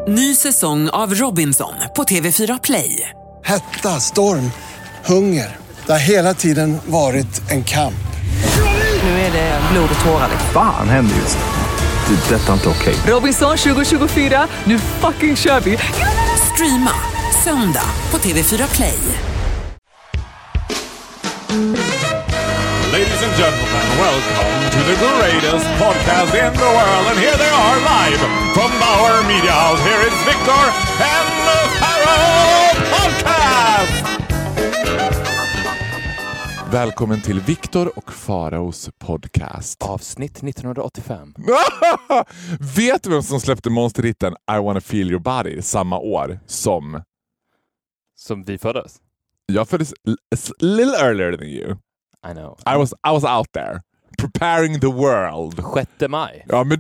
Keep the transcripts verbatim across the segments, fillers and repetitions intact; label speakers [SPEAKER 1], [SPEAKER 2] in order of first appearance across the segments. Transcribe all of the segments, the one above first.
[SPEAKER 1] Ny säsong av Robinson på T V fyra Play.
[SPEAKER 2] Hetta, storm, hunger. Det har hela tiden varit en kamp.
[SPEAKER 1] Nu är det blod och tårar.
[SPEAKER 3] Fan händer just det. Det är detta inte okej.
[SPEAKER 1] Robinson tjugo tjugofyra, nu fucking kör vi. Streama söndag på T V fyra Play.
[SPEAKER 4] Ladies and gentlemen, welcome to the greatest podcast in the world. And here they are live from Bauer Media House. Here is Victor and the Pharaoh Podcast!
[SPEAKER 5] Välkommen till Victor och Faraos podcast.
[SPEAKER 6] Avsnitt nittonhundraåttiofem.
[SPEAKER 5] Vet du vem som släppte monsterhitten I wanna feel your body samma år som...
[SPEAKER 6] Som vi föddes?
[SPEAKER 5] Jag föddes a little earlier than you.
[SPEAKER 6] I know.
[SPEAKER 5] I was, I was out there. Preparing the world.
[SPEAKER 6] sjätte maj.
[SPEAKER 5] Ja, men...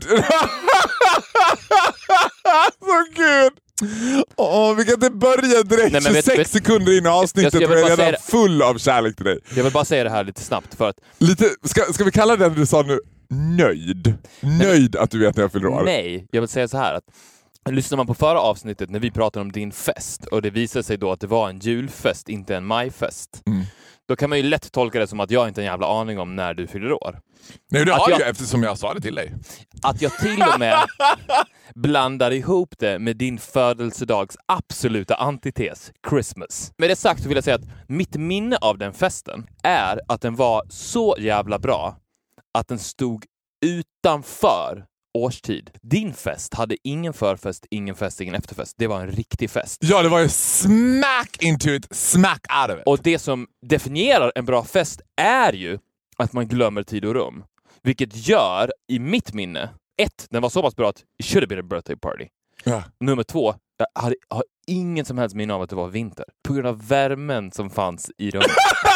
[SPEAKER 5] Så kul! Åh, vi kan inte börja direkt.
[SPEAKER 6] Nej, men vet,
[SPEAKER 5] tjugosex
[SPEAKER 6] vet,
[SPEAKER 5] sekunder in i avsnittet och jag är redan full av kärlek till dig.
[SPEAKER 6] Jag vill bara säga det här lite snabbt för att...
[SPEAKER 5] Lite, ska, ska vi kalla det du sa nu nöjd? Nöjd att du vet när jag fyller år.
[SPEAKER 6] Nej, jag vill säga så här att lyssnar man på förra avsnittet när vi pratade om din fest och det visade sig då att det var en julfest, inte en majfest. Mm. Då kan man ju lätt tolka det som att jag inte har en jävla aning om när du fyller år.
[SPEAKER 5] Nej, det
[SPEAKER 6] att
[SPEAKER 5] har
[SPEAKER 6] jag,
[SPEAKER 5] jag eftersom jag sa det till dig.
[SPEAKER 6] Att jag till och med blandar ihop det med din födelsedags absoluta antites, Christmas. Med det sagt så vill jag säga att mitt minne av den festen är att den var så jävla bra att den stod utanför årstid. Din fest hade ingen förfest, ingen fest, ingen efterfest. Det var en riktig fest.
[SPEAKER 5] Ja, det var ju smack into it, smack out of it.
[SPEAKER 6] Och det som definierar en bra fest är ju att man glömmer tid och rum. Vilket gör, i mitt minne, ett, den var så pass bra att it should have been a birthday party.
[SPEAKER 5] Ja.
[SPEAKER 6] Nummer två, jag hade, har ingen som helst minne av att det var vinter. På grund av värmen som fanns i rummet.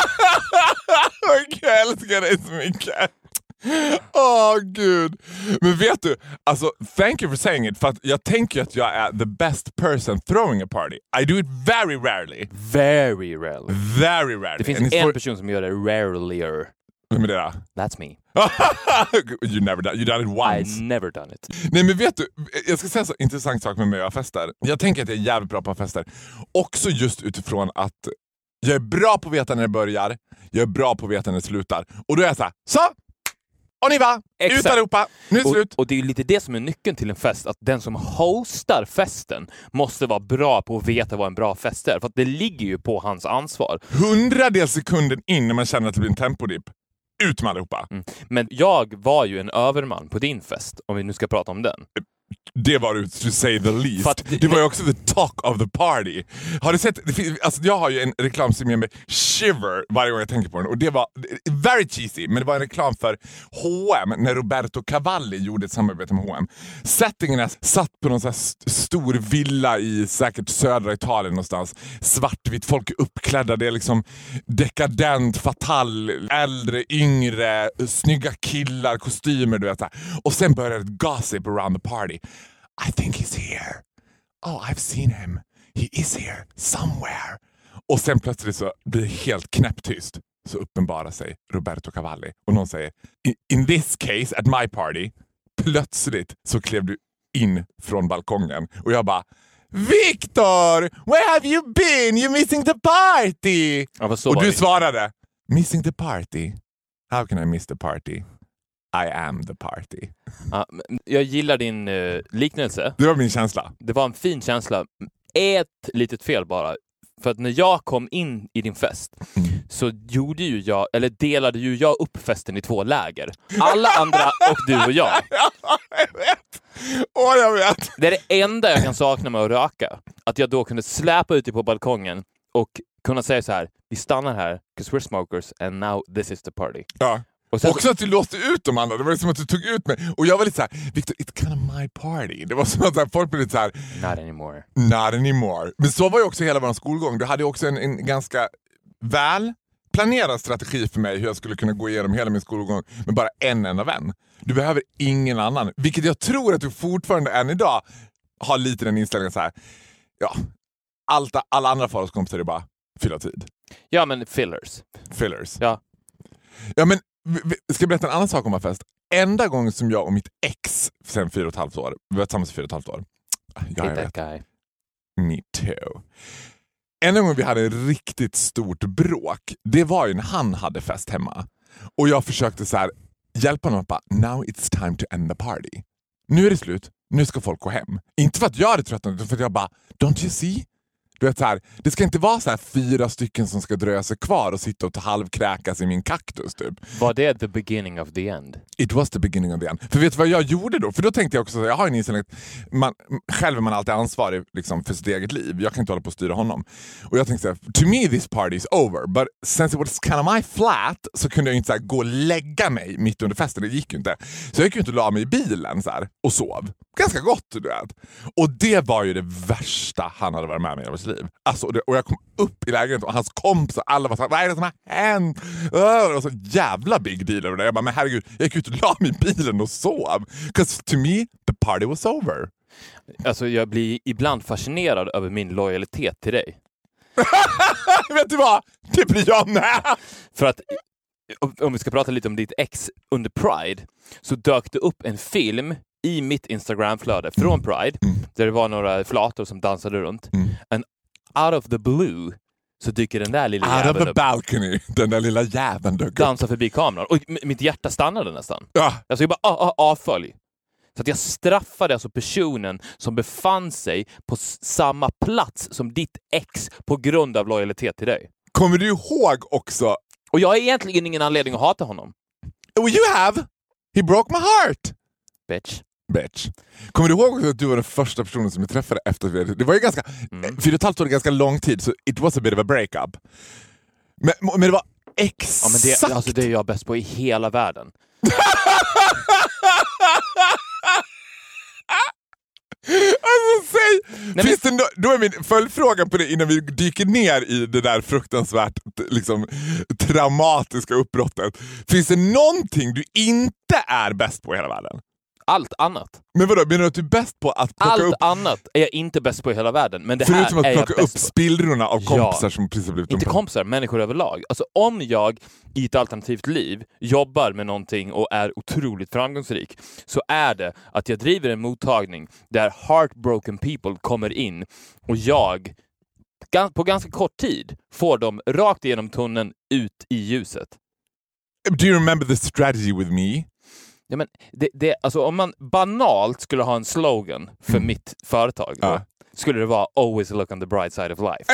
[SPEAKER 5] Jag älskar dig så mycket. Åh, oh, gud. Men vet du, alltså, thank you for saying it, för att jag tänker att jag är the best person throwing a party. I do it very rarely.
[SPEAKER 6] Very rarely.
[SPEAKER 5] Very rarely.
[SPEAKER 6] Det finns en for... person som gör det rarelier.
[SPEAKER 5] Vem är det då?
[SPEAKER 6] That's me.
[SPEAKER 5] you never done, you done it once.
[SPEAKER 6] I never done it.
[SPEAKER 5] Nej, men vet du, jag ska säga så intressant sak med mig och fester. Jag tänker att jag är jävligt bra på fester. Också just utifrån att jag är bra på att veta när det börjar. Jag är bra på att veta när det slutar. Och då är jag så här, så! Och ni va? Ut allihopa! Nu är det
[SPEAKER 6] och,
[SPEAKER 5] slut!
[SPEAKER 6] Och det är ju lite det som är nyckeln till en fest. Att den som hostar festen måste vara bra på att veta vad en bra fest är. För att det ligger ju på hans ansvar.
[SPEAKER 5] Hundradels sekunden in när man känner att det blir en tempodipp. Ut med allihopa!
[SPEAKER 6] Mm. Men jag var ju en överman på din fest. Om vi nu ska prata om den.
[SPEAKER 5] Det var du, to say the least.
[SPEAKER 6] Att,
[SPEAKER 5] det var ju också the talk of the party. Har du sett, det finns, alltså jag har ju en reklamserie med Shiver varje gång jag tänker på den. Och det var very cheesy, men det var en reklam för H och M när Roberto Cavalli gjorde ett samarbete med H och M. Settingen är satt på någon sån här st- stor villa i säkert södra Italien någonstans. Svartvitt, folk är uppklädda, det är liksom dekadent, fatal, äldre, yngre, snygga killar, kostymer, du vet så här. Och sen börjar ett gossip around the party. I think he's here. Oh, I've seen him. He is here somewhere. Och sen plötsligt så blir det helt knäpptyst. Så uppenbarar sig Roberto Cavalli. Och någon säger, in this case at my party, plötsligt så klev du in från balkongen. Och jag bara, Victor! Where have you been? You're missing the party!
[SPEAKER 6] Ja,
[SPEAKER 5] och du det. svarade, missing the party? How can I miss the party? I am the party.
[SPEAKER 6] Ja, jag gillar din uh, liknelse.
[SPEAKER 5] Det var min känsla.
[SPEAKER 6] Det var en fin känsla. Ett litet fel bara. För att när jag kom in i din fest mm. så gjorde ju jag, eller delade ju jag upp festen i två läger. Alla andra och du och jag.
[SPEAKER 5] Ja, jag vet. Åh, jag vet.
[SPEAKER 6] Det är det enda jag kan sakna med att röka. Att jag då kunde släpa ut dig på balkongen och kunna säga så här, vi stannar här, because we're smokers and now this is the party.
[SPEAKER 5] Ja. Och också att du låste ut de andra. Det var som att du tog ut mig. Och jag var lite så här, Victor, it's kind of my party. Det var som att så här, folk blev lite så här,
[SPEAKER 6] not anymore.
[SPEAKER 5] Not anymore. Men så var ju också hela vår skolgång. Du hade också en, en ganska väl planerad strategi för mig hur jag skulle kunna gå igenom hela min skolgång med bara en enda vän. Du behöver ingen annan. Vilket jag tror att du fortfarande än idag har lite den inställningen så här. Ja, allt, alla andra förhållskompisar är bara fylla tid.
[SPEAKER 6] Ja, men fillers.
[SPEAKER 5] Fillers.
[SPEAKER 6] Ja.
[SPEAKER 5] Ja, men ska jag berätta en annan sak om vår fest? Enda gången som jag och mitt ex sen fyra och ett halvt år, vi var tillsammans i fyra och ett halvt år, Jag
[SPEAKER 6] Hate
[SPEAKER 5] vet.
[SPEAKER 6] that guy.
[SPEAKER 5] Me too. En gång vi hade en riktigt stort bråk, det var ju när han hade fest hemma. Och jag försökte så här hjälpa honom att bara, now it's time to end the party. Nu är det slut, nu ska folk gå hem. Inte för att jag är trött, utan för att jag bara, don't you see? Du vet så här, det ska inte vara så här fyra stycken som ska dröja sig kvar och sitta och ta halvkräkas i min kaktus typ.
[SPEAKER 6] Var det the beginning of the end?
[SPEAKER 5] It was the beginning of the end. För vet du vad jag gjorde då? För då tänkte jag också, jag har en inställning att man, själv är man alltid ansvarig liksom, för sitt eget liv. Jag kan inte hålla på att styra honom. Och jag tänkte så här, to me this party is over. But since it was kind of my flat så kunde jag inte så här, gå och lägga mig mitt under festen. Det gick ju inte. Så jag gick ju inte och la mig i bilen så här, och sov. Ganska gott, du vet. Och det var ju det värsta han hade varit med mig i sitt liv. Alltså, och, det, och jag kom upp i lägenheten och hans kompisar, alla var så här, vad är det som har hänt? Uh, det var så jävla big deal över det. Jag bara, men herregud, jag gick ut och la mig i bilen och sov. Because to me, the party was over.
[SPEAKER 6] Alltså jag blir ibland fascinerad över min lojalitet till dig.
[SPEAKER 5] Vet du vad? Det blir jag med.
[SPEAKER 6] För att om vi ska prata lite om ditt ex under Pride, så dök det upp en film i mitt Instagram-flöde från Pride, mm. där det var några flator som dansade runt. Mm. And out of the blue så dyker den där lilla
[SPEAKER 5] out
[SPEAKER 6] jäveln
[SPEAKER 5] of the
[SPEAKER 6] upp.
[SPEAKER 5] balcony, den där lilla jäveln dök upp.
[SPEAKER 6] Dansar förbi kameran. Och m- mitt hjärta stannade nästan.
[SPEAKER 5] Ja.
[SPEAKER 6] Alltså jag bara, ah, ah, avfölj. Så att jag straffade alltså personen som befann sig på s- samma plats som ditt ex på grund av lojalitet till dig.
[SPEAKER 5] Kommer du ihåg också?
[SPEAKER 6] Och jag har egentligen ingen anledning att hata honom.
[SPEAKER 5] Oh, you have! He broke my heart!
[SPEAKER 6] Bitch.
[SPEAKER 5] Bitch. Kommer du ihåg att du var den första personen som jag träffade efter att vi hade... Det var ju ganska... Mm. Fyra och ett halvt år, ganska lång tid, så it was a bit of a breakup. Men, men det var exakt...
[SPEAKER 6] Ja, men det, alltså det är jag bäst på i hela världen.
[SPEAKER 5] Alltså säg,
[SPEAKER 6] Nej,
[SPEAKER 5] finns
[SPEAKER 6] men...
[SPEAKER 5] det no- då är min följdfråga på det innan vi dyker ner i det där fruktansvärt liksom, traumatiska uppbrottet. Finns det någonting du inte är bäst på i hela världen?
[SPEAKER 6] Allt annat.
[SPEAKER 5] Men vadå, menar du att du är bäst på att plocka
[SPEAKER 6] Allt
[SPEAKER 5] upp...
[SPEAKER 6] annat är jag inte bäst på i hela världen. Men det
[SPEAKER 5] förutom
[SPEAKER 6] här
[SPEAKER 5] att
[SPEAKER 6] är
[SPEAKER 5] plocka upp spillrorna av kompisar
[SPEAKER 6] ja.
[SPEAKER 5] som precis har blivit
[SPEAKER 6] Inte
[SPEAKER 5] dumpade.
[SPEAKER 6] kompisar, människor överlag. Alltså om jag i ett alternativt liv jobbar med någonting och är otroligt framgångsrik, så är det att jag driver en mottagning där heartbroken people kommer in och jag på ganska kort tid får dem rakt igenom tunneln ut i ljuset.
[SPEAKER 5] Do you remember the strategy with me?
[SPEAKER 6] Ja, men det, det, alltså om man banalt skulle ha en slogan för mm. mitt företag,
[SPEAKER 5] ja.
[SPEAKER 6] då, skulle det vara always look on the bright side of life.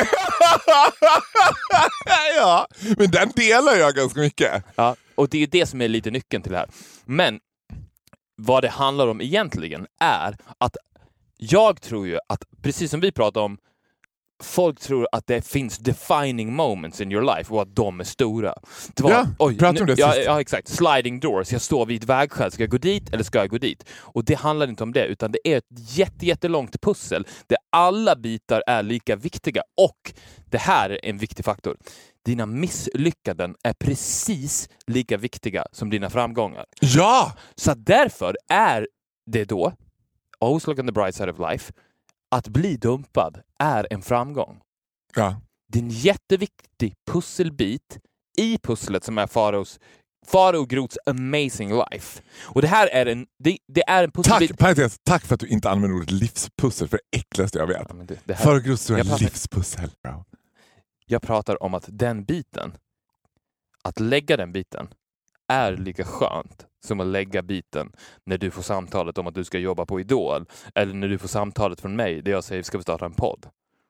[SPEAKER 5] Ja, men den delar jag ganska mycket.
[SPEAKER 6] Ja, och det är det som är lite nyckeln till det här. Men vad det handlar om egentligen är att jag tror ju att, precis som vi pratar om, folk tror att det finns defining moments in your life och att de är stora. Det var,
[SPEAKER 5] ja,
[SPEAKER 6] oj,
[SPEAKER 5] pratar om det
[SPEAKER 6] ja,
[SPEAKER 5] sist.
[SPEAKER 6] ja, exakt. Sliding doors. Jag står vid ett vägskäl. Ska jag gå dit eller ska jag gå dit? Och det handlar inte om det, utan det är ett jätte, jättelångt pussel där alla bitar är lika viktiga. Och det här är en viktig faktor. Dina misslyckanden är precis lika viktiga som dina framgångar.
[SPEAKER 5] Ja!
[SPEAKER 6] Så därför är det då, always look on the bright side of life, att bli dumpad är en framgång.
[SPEAKER 5] Ja.
[SPEAKER 6] Det är en jätteviktig pusselbit i pusslet som är Faros Faro Groths amazing life. Och det här är en det, det är en pusselbit.
[SPEAKER 5] Tack, parentes, tack för att du inte använder ordet livspussel, för det äckligaste jag vet.
[SPEAKER 6] Ja, det, det här,
[SPEAKER 5] Faro Groths tror jag
[SPEAKER 6] pratar,
[SPEAKER 5] livspussel, bro.
[SPEAKER 6] Jag pratar om att den biten, att lägga den biten, är lika skönt som att lägga biten när du får samtalet om att du ska jobba på Idol, eller när du får samtalet från mig där jag säger ska vi starta en podd.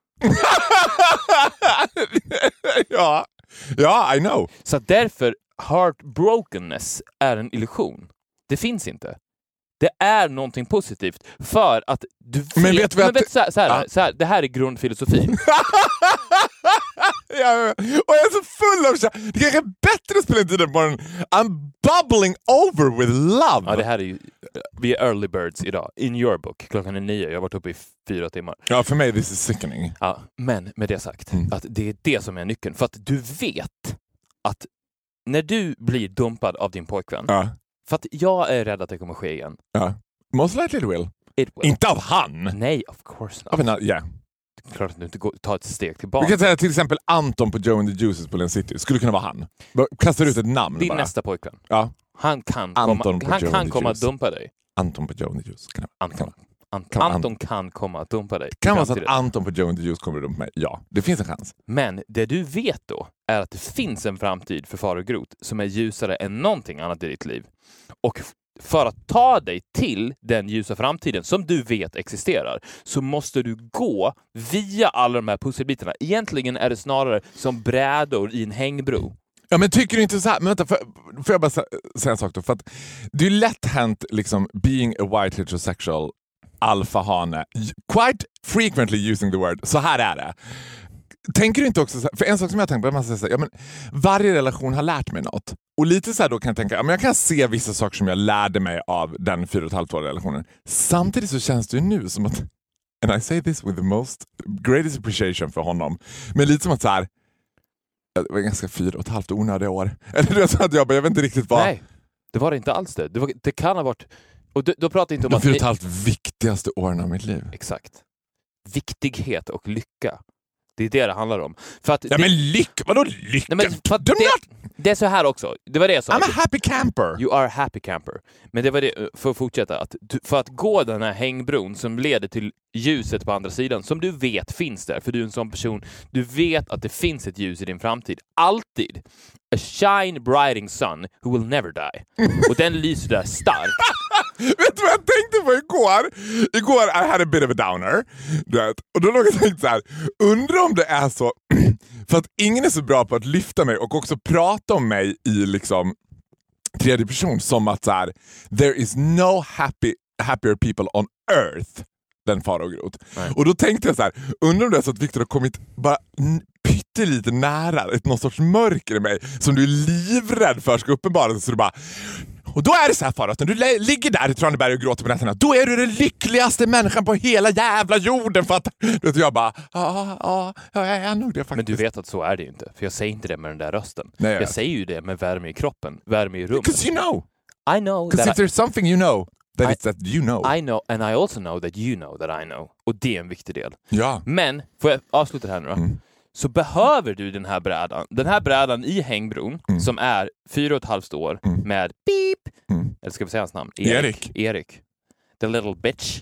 [SPEAKER 5] Ja, ja, I know.
[SPEAKER 6] Så därför heartbrokenness är en illusion. Det finns inte. Det är någonting positivt för att du vet,
[SPEAKER 5] men vet vi
[SPEAKER 6] men
[SPEAKER 5] att
[SPEAKER 6] vet, så här, så här,
[SPEAKER 5] ja.
[SPEAKER 6] så här, det här är grundfilosofin.
[SPEAKER 5] Ja, och jag är så full av kärlek. Det kanske är bättre att spela in tiden på den. I'm bubbling over with love.
[SPEAKER 6] Ja, det här är ju, vi är early birds idag. In your book. Klockan är nio. Jag har varit uppe i fyra timmar.
[SPEAKER 5] Ja, för mig this is sickening.
[SPEAKER 6] Ja, men med det sagt, mm. att det är det som är nyckeln. För att du vet att när du blir dumpad av din pojkvän,
[SPEAKER 5] ja.
[SPEAKER 6] för att jag är rädd att det kommer ske igen.
[SPEAKER 5] Ja. Most likely it will.
[SPEAKER 6] It will.
[SPEAKER 5] Inte av han.
[SPEAKER 6] Nej, of course not.
[SPEAKER 5] Av en, yeah.
[SPEAKER 6] Klart att du inte går, tar ett steg tillbaka.
[SPEAKER 5] Vi kan säga till exempel Anton på Joe and the Juices på Len City. Skulle kunna vara han. Kastar ut ett namn
[SPEAKER 6] Din
[SPEAKER 5] bara.
[SPEAKER 6] nästa pojkvän.
[SPEAKER 5] Ja.
[SPEAKER 6] Han kan
[SPEAKER 5] Anton
[SPEAKER 6] komma,
[SPEAKER 5] på
[SPEAKER 6] han
[SPEAKER 5] Joe
[SPEAKER 6] kan
[SPEAKER 5] and the
[SPEAKER 6] komma
[SPEAKER 5] Juice.
[SPEAKER 6] att dumpa dig.
[SPEAKER 5] Anton på Joe and the Juice. Kan jag,
[SPEAKER 6] Anton.
[SPEAKER 5] kan
[SPEAKER 6] Ant-
[SPEAKER 5] Kan
[SPEAKER 6] Anton kan komma att dumpa dig.
[SPEAKER 5] Kan vara så att Anton på Joe and the Juice kommer att dumpa mig. Ja, det finns en chans.
[SPEAKER 6] Men det du vet då är att det finns en framtid för Faro Groth som är ljusare än någonting annat i ditt liv. Och för att ta dig till den ljusa framtiden som du vet existerar så måste du gå via alla de här pusselbitarna. Egentligen är det snarare som brädor i en hängbro.
[SPEAKER 5] Ja, men tycker du inte så här? Men vänta, får, får jag bara säga en sak då? För att det är lätt hänt liksom being a white heterosexual alfahane. Quite frequently using the word. Så här är det. Tänker du inte också så här, för en sak som jag tänker på, man säger så här, ja, men varje relation har lärt mig något. Och lite så här då kan jag tänka, ja, men jag kan se vissa saker som jag lärde mig av den fyra och ett halvt år relationen. Samtidigt så känns det ju nu som att, and I say this with the most greatest appreciation för honom, men lite som att så här, det var ganska fyra och ett halvt onödiga år. Eller du vet att jag, jag vet inte riktigt vad.
[SPEAKER 6] Nej, det var det inte alls det. Det, var, det kan ha varit, och då, då pratar jag inte om
[SPEAKER 5] de
[SPEAKER 6] att...
[SPEAKER 5] fyra och ett halvt viktigaste åren av mitt liv.
[SPEAKER 6] Exakt. Viktighet och lycka. Det är det det handlar om. För att
[SPEAKER 5] ja,
[SPEAKER 6] det,
[SPEAKER 5] men lycka, vadå lycka?
[SPEAKER 6] nej, men för att
[SPEAKER 5] det,
[SPEAKER 6] det, det är så här också. Det var det jag sa.
[SPEAKER 5] I'm a happy camper.
[SPEAKER 6] You are a happy camper. Men det var det, för att fortsätta, att du, för att gå den här hängbron som leder till ljuset på andra sidan, som du vet finns där, för du är en sån person, du vet att det finns ett ljus i din framtid. Alltid. A shine brighting sun who will never die. Och den lyser där starkt.
[SPEAKER 5] Vet du vad jag tänkte på igår? Igår I had a bit of a downer. Och då låg jag och tänkte så här, undrar om det är så, för att ingen är så bra på att lyfta mig och också prata om mig i liksom tredje person, som att så här, there is no happy, happier people on earth than Faro Groth. Och då tänkte jag så här, undrar om det är så att Victor har kommit bara pyttelite nära ett någon sorts mörker i mig som du är livrädd för ska uppenbara, så du bara... Och då är det så här, Faro, att när du l- ligger där i Traneberg och gråter på nätterna, då är du den lyckligaste människan på hela jävla jorden. För att då jag bara, ja, ja, jag är nog det faktiskt.
[SPEAKER 6] Men du vet att så är det ju inte. För jag säger inte det med den där rösten.
[SPEAKER 5] Nej,
[SPEAKER 6] jag
[SPEAKER 5] jag
[SPEAKER 6] säger ju det med värme i kroppen, värme i rummet.
[SPEAKER 5] Because you know.
[SPEAKER 6] I know.
[SPEAKER 5] Because if
[SPEAKER 6] I,
[SPEAKER 5] there's something you know, that
[SPEAKER 6] I,
[SPEAKER 5] it's that you know.
[SPEAKER 6] I know, and I also know that you know that I know. Och det är en viktig del.
[SPEAKER 5] Ja.
[SPEAKER 6] Men, får jag avsluta det här nu då? Mm. Så behöver du den här brädan. Den här brädan i hängbron, mm. som är fyra och ett halvt år mm. med beep. Mm. Eller ska vi säga hans namn?
[SPEAKER 5] Erik.
[SPEAKER 6] Erik. The little bitch.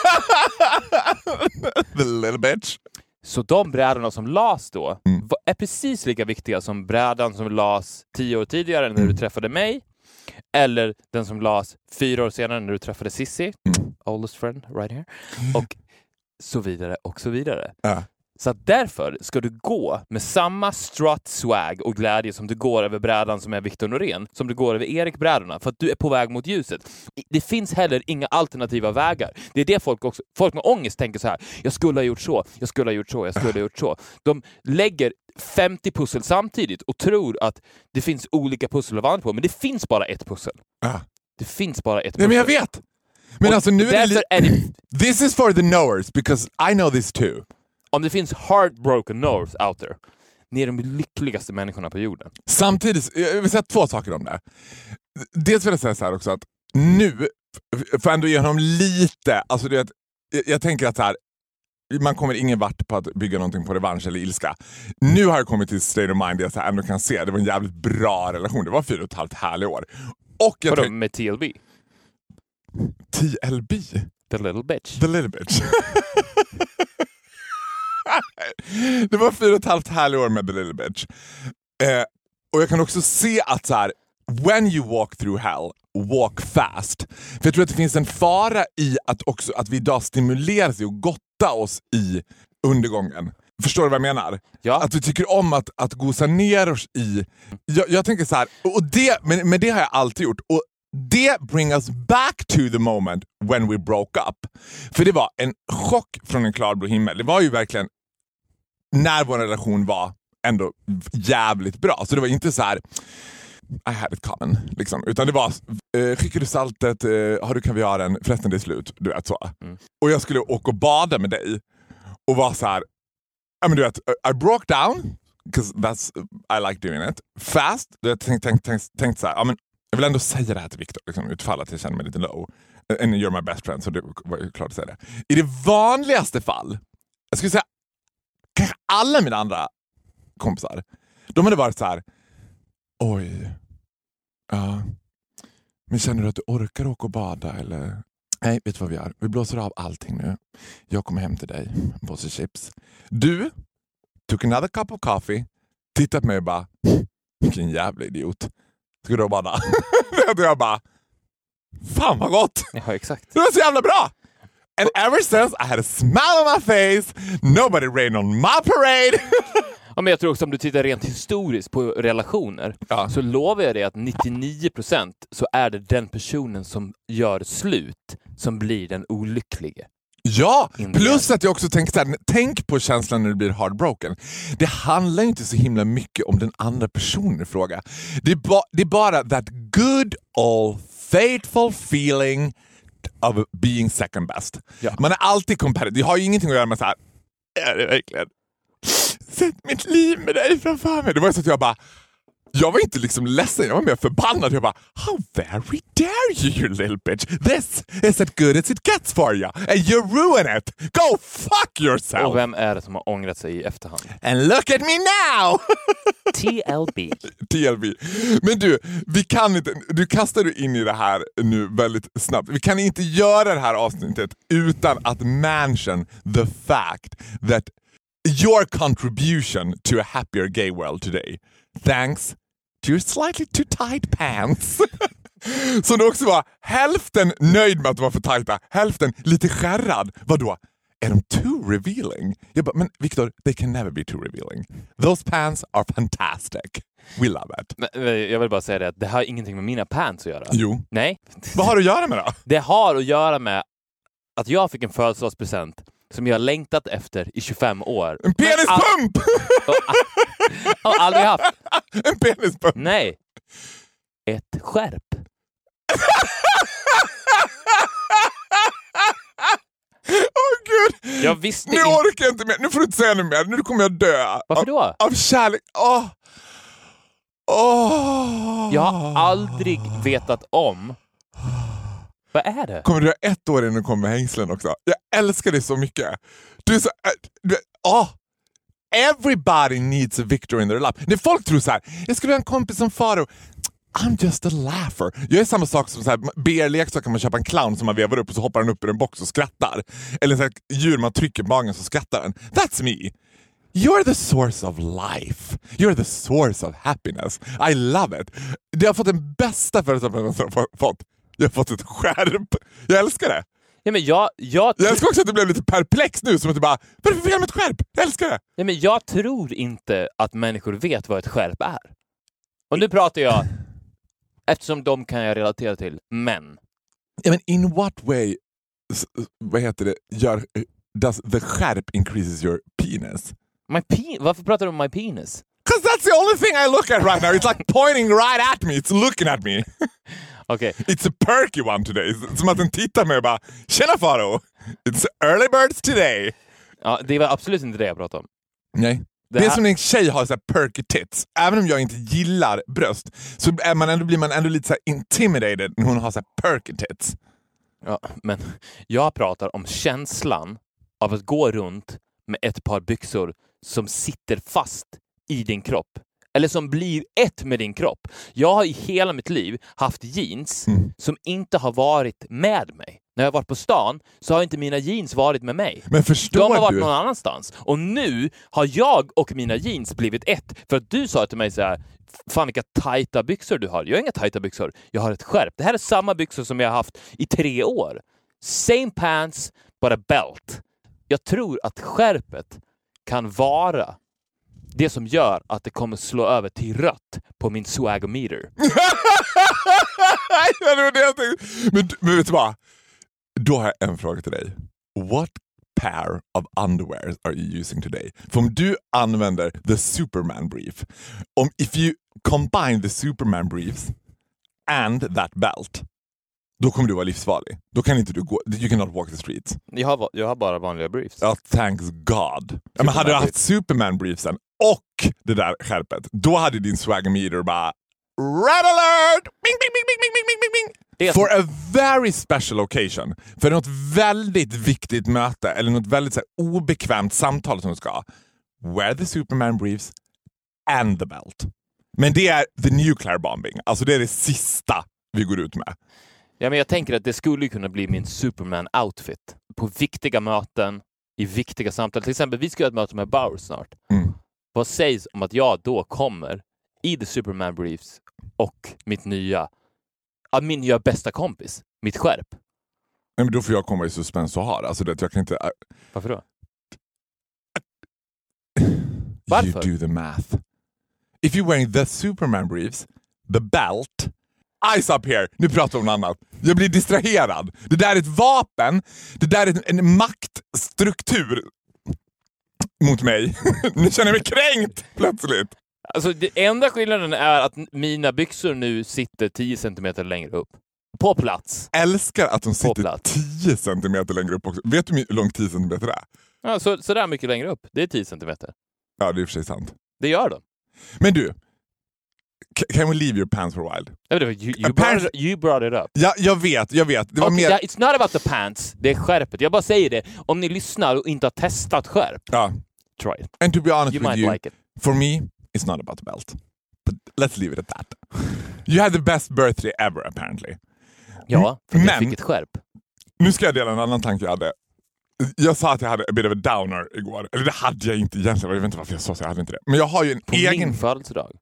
[SPEAKER 5] The little bitch.
[SPEAKER 6] Så de brädorna som las då
[SPEAKER 5] mm.
[SPEAKER 6] är precis lika viktiga som brädan som las tio år tidigare när mm. du träffade mig. Eller den som las fyra år senare när du träffade Sissi. Mm. Oldest friend right here. Och så vidare och så vidare.
[SPEAKER 5] Ja.
[SPEAKER 6] Så att därför ska du gå med samma strut, swag och glädje som du går över brädan som är Victor Norén, som du går över Erik-brädorna, för att du är på väg mot ljuset. Det finns heller inga alternativa vägar. Det är det folk också, folk med ångest tänker så här, jag skulle ha gjort så, jag skulle ha gjort så, jag skulle ha gjort så. De lägger femtio pussel samtidigt och tror att det finns olika pussel att vandra på, men det finns bara ett pussel.
[SPEAKER 5] Ja.
[SPEAKER 6] Det finns bara ett pussel.
[SPEAKER 5] Nej, men jag vet! Men och alltså nu är det, li-
[SPEAKER 6] är det...
[SPEAKER 5] This is for the knowers, because I know this too.
[SPEAKER 6] Om det finns heartbroken knowers out there, ni är de lyckligaste människorna på jorden.
[SPEAKER 5] Samtidigt, jag vill säga två saker om det. Dels vill jag säga så här också att nu, för ändå ge honom lite, alltså du vet, jag, jag tänker att så här, man kommer ingen vart på att bygga någonting på revansch eller ilska. Nu har jag kommit till state of mind där jag så här ändå kan se, det var en jävligt bra relation, det var fyra och ett halvt härliga år. Och jag
[SPEAKER 6] Vadå,
[SPEAKER 5] tänk-
[SPEAKER 6] med T L B?
[SPEAKER 5] T L B?
[SPEAKER 6] The little bitch.
[SPEAKER 5] The little bitch. Det var fyra och ett halvt härliga år med The Little Bitch. Eh, och jag kan också se att så här, when you walk through hell, walk fast. För jag tror att det finns en fara i att också att vi idag stimuleras och gotta oss i undergången. Förstår du vad jag menar?
[SPEAKER 6] Ja.
[SPEAKER 5] Att vi tycker om att, att gosa ner oss i... Jag, jag tänker så här, och det, men, men det har jag alltid gjort. Och det bring us back to the moment when we broke up. För det var en chock från en klarblå himmel. Det var ju verkligen när vår relation var ändå jävligt bra. Så det var inte så här I had it coming, liksom. Utan det var eh, skickar du saltet, eh, har du kaviaren, förresten det är slut, du vet så. Mm. Och jag skulle åka och bada med dig och var så här, ja men du vet, I broke down because that's I like doing it fast. Jag tänkte tänkt, tänkt, tänkt så här, ja men jag vill ändå säga det här till Victor, liksom, utfall att jag känner mig lite low. And you're my best friend, så det var ju klart att säga det. I det vanligaste fall, jag skulle säga kanske alla mina andra kompisar, de hade varit så här, oj, ja, men känner du att du orkar åka och bada eller? Nej, vet du vad vi gör? Vi blåser av allting nu. Jag kommer hem till dig, en påse chips. Du took another cup of coffee, tittat på mig och bara, vilken jävla idiot. Ska du bara, jag bara, fan vad gott.
[SPEAKER 6] Ja, exakt.
[SPEAKER 5] Det var så jävla bra. And ever since I had a smile on my face, nobody rained on my parade.
[SPEAKER 6] Ja, men jag tror också om du tittar rent historiskt på relationer,
[SPEAKER 5] Ja.
[SPEAKER 6] så lovar jag dig att nittionio procent så är det den personen som gör slut som blir den olycklige.
[SPEAKER 5] Ja,
[SPEAKER 6] In
[SPEAKER 5] plus att jag också tänker så här, tänk på känslan när du blir heartbroken. Det handlar inte så himla mycket om den andra personen i fråga. Det är, ba- det är bara that good old faithful feeling of being second best.
[SPEAKER 6] Ja.
[SPEAKER 5] Man är alltid competitive. Det har ju ingenting att göra med så här, är det verkligen? Sätt mitt liv med dig framför mig. Det var så att jag bara, jag var inte liksom ledsen, jag var mer förbannad. Jag bara, how very dare you, you little bitch. This is as good as it gets for you. And you ruin it. Go fuck yourself.
[SPEAKER 6] Och vem är det som har ångrat sig i efterhand?
[SPEAKER 5] And look at me now.
[SPEAKER 6] T L B.
[SPEAKER 5] T L B. Men du, vi kan inte, du kastar du in i det här nu väldigt snabbt. Vi kan inte göra det här avsnittet utan att mention the fact that your contribution to a happier gay world today, thanks to your slightly too tight pants. Så du också var hälften nöjd med att de var för tajta, hälften lite skärrad. Vadå? Är de too revealing? Jag bara, men Victor, they can never be too revealing. Those pants are fantastic. We love it.
[SPEAKER 6] Men, jag vill bara säga det att det har ingenting med mina pants att göra.
[SPEAKER 5] Jo.
[SPEAKER 6] Nej.
[SPEAKER 5] Vad har det att göra med då?
[SPEAKER 6] Det har att göra med att jag fick en födelsedagspresent som jag har längtat efter i tjugofem år.
[SPEAKER 5] En penispump!
[SPEAKER 6] Och, och aldrig haft.
[SPEAKER 5] En penispump!
[SPEAKER 6] Nej. Ett skärp.
[SPEAKER 5] Åh oh, gud!
[SPEAKER 6] Jag visste
[SPEAKER 5] nu
[SPEAKER 6] inte...
[SPEAKER 5] orkar jag inte mer. Nu får du inte säga något mer. Nu kommer jag dö.
[SPEAKER 6] Varför då?
[SPEAKER 5] Av, av kärlek. Åh! Åh!
[SPEAKER 6] Jag har aldrig vetat om... Vad är det?
[SPEAKER 5] Kommer du ha ett år innan du kommer med hängslen också? Jag älskar dig så mycket. Du är så... Du, åh! Everybody needs a Victor in their life. När folk tror så här, jag skulle ha en kompis som Faro. I'm just a laugher. Jag är samma sak som så här, B R-lek så kan man köpa en clown som man vevar upp och så hoppar den upp i en box och skrattar. Eller så här, djur man trycker på magen så skrattar den. That's me. You're the source of life. You're the source of happiness. I love it. Det har fått den bästa förutsättningen som jag har fått. Jag har fått ett skärp. Jag älskar det.
[SPEAKER 6] Ja, men jag, jag,
[SPEAKER 5] Jag älskar också att du blev lite perplex nu. Som att du bara, vad är det för fel med ett skärp? Jag älskar det.
[SPEAKER 6] ja, men jag tror inte att människor vet vad ett skärp är. Och nu pratar jag, eftersom de kan jag relatera till, män.
[SPEAKER 5] Ja, men in what way, vad heter det, gör, does the skärp increases your penis?
[SPEAKER 6] My pe- Varför pratar du om my penis?
[SPEAKER 5] Because that's the only thing I look at right now. It's like pointing right at me. It's looking at me.
[SPEAKER 6] Okej. Okay.
[SPEAKER 5] It's a perky one today. Som att den tittar mig och bara, tjena Faro. It's early birds today.
[SPEAKER 6] Ja, det var absolut inte det jag pratade om.
[SPEAKER 5] Nej.
[SPEAKER 6] Det,
[SPEAKER 5] det är
[SPEAKER 6] här...
[SPEAKER 5] som när en tjej har så här perky tits. Även om jag inte gillar bröst så är man ändå, blir man ändå lite så här intimidated när hon har så här perky tits.
[SPEAKER 6] Ja, men jag pratar om känslan av att gå runt med ett par byxor som sitter fast i din kropp. Eller som blir ett med din kropp. Jag har i hela mitt liv haft jeans mm. som inte har varit med mig. När jag har varit på stan så har inte mina jeans varit med mig.
[SPEAKER 5] Men förstår
[SPEAKER 6] De har varit
[SPEAKER 5] du?
[SPEAKER 6] någon annanstans. Och nu har jag och mina jeans blivit ett. För att du sa till mig så här, fan vilka tajta byxor du har. Jag har inga tajta byxor. Jag har ett skärp. Det här är samma byxor som jag har haft i tre år. Same pants, but a belt. Jag tror att skärpet kan vara det som gör att det kommer slå över till rött på min swagometer.
[SPEAKER 5] Ja, det var det jag tänkte. Men, men vet du vad? Då har jag en fråga till dig. What pair of underwear are you using today? För om du använder the Superman brief, om if you combine the Superman briefs and that belt, då kommer du vara livsfarlig. Då kan inte du gå, you cannot walk the streets.
[SPEAKER 6] Jag har, jag har bara vanliga briefs.
[SPEAKER 5] Oh, thanks God. Ja, men hade du haft Superman briefsen och det där skärpet, då hade din swagmeter bara red alert! Bing, bing, bing, bing, bing, bing, bing. For a very special occasion. För något väldigt viktigt möte eller något väldigt så här, obekvämt samtal som du ska. Wear the Superman briefs and the belt. Men det är the nuclear bombing. Alltså det är det sista vi går ut med.
[SPEAKER 6] Ja, men jag tänker att det skulle kunna bli min Superman-outfit. På viktiga möten, i viktiga samtal. Till exempel, vi ska ha ett möte med Bauer snart.
[SPEAKER 5] Mm.
[SPEAKER 6] Vad sägs om att jag då kommer i The Superman Briefs och mitt nya, min nya bästa kompis, mitt skärp.
[SPEAKER 5] Nej, men då får jag komma i suspens och ha det. Alltså det, jag kan inte...
[SPEAKER 6] Varför då? Varför?
[SPEAKER 5] You do the math. If you're wearing the Superman briefs, the belt, eyes up here. Nu pratar vi om något annat. Jag blir distraherad. Det där är ett vapen. Det där är en, en maktstruktur mot mig. Nu känner jag mig kränkt plötsligt.
[SPEAKER 6] Alltså, det enda skillnaden är att mina byxor nu sitter tio centimeter längre upp. På plats.
[SPEAKER 5] Älskar att de sitter tio centimeter längre upp också. Vet du hur långt tio centimeter är?
[SPEAKER 6] Ja, så, så där mycket längre upp. Det är tio centimeter.
[SPEAKER 5] Ja, det är i och för sig sant.
[SPEAKER 6] Det gör de.
[SPEAKER 5] Men du, can we leave your pants for a while?
[SPEAKER 6] Ja, det var, you, you, brought it, you brought it up.
[SPEAKER 5] Ja, jag vet, jag vet. Det var
[SPEAKER 6] okay,
[SPEAKER 5] mer...
[SPEAKER 6] It's not about the pants. Det är skärpet. Jag bara säger det. Om ni lyssnar och inte har testat skärp,
[SPEAKER 5] ja.
[SPEAKER 6] try it.
[SPEAKER 5] And to be honest
[SPEAKER 6] you
[SPEAKER 5] with
[SPEAKER 6] might
[SPEAKER 5] you,
[SPEAKER 6] like it.
[SPEAKER 5] For me, it's not about the belt. But let's leave it at that. You had the best birthday ever, apparently.
[SPEAKER 6] Ja, för
[SPEAKER 5] Men,
[SPEAKER 6] jag fick ett skärp.
[SPEAKER 5] Nu ska jag dela en annan tanke jag hade. Jag sa att jag hade a bit of a downer igår. Eller det hade jag inte egentligen. Jag vet inte varför jag sa så, jag hade inte det. Men jag har ju en
[SPEAKER 6] På
[SPEAKER 5] egen...
[SPEAKER 6] min födelsedag?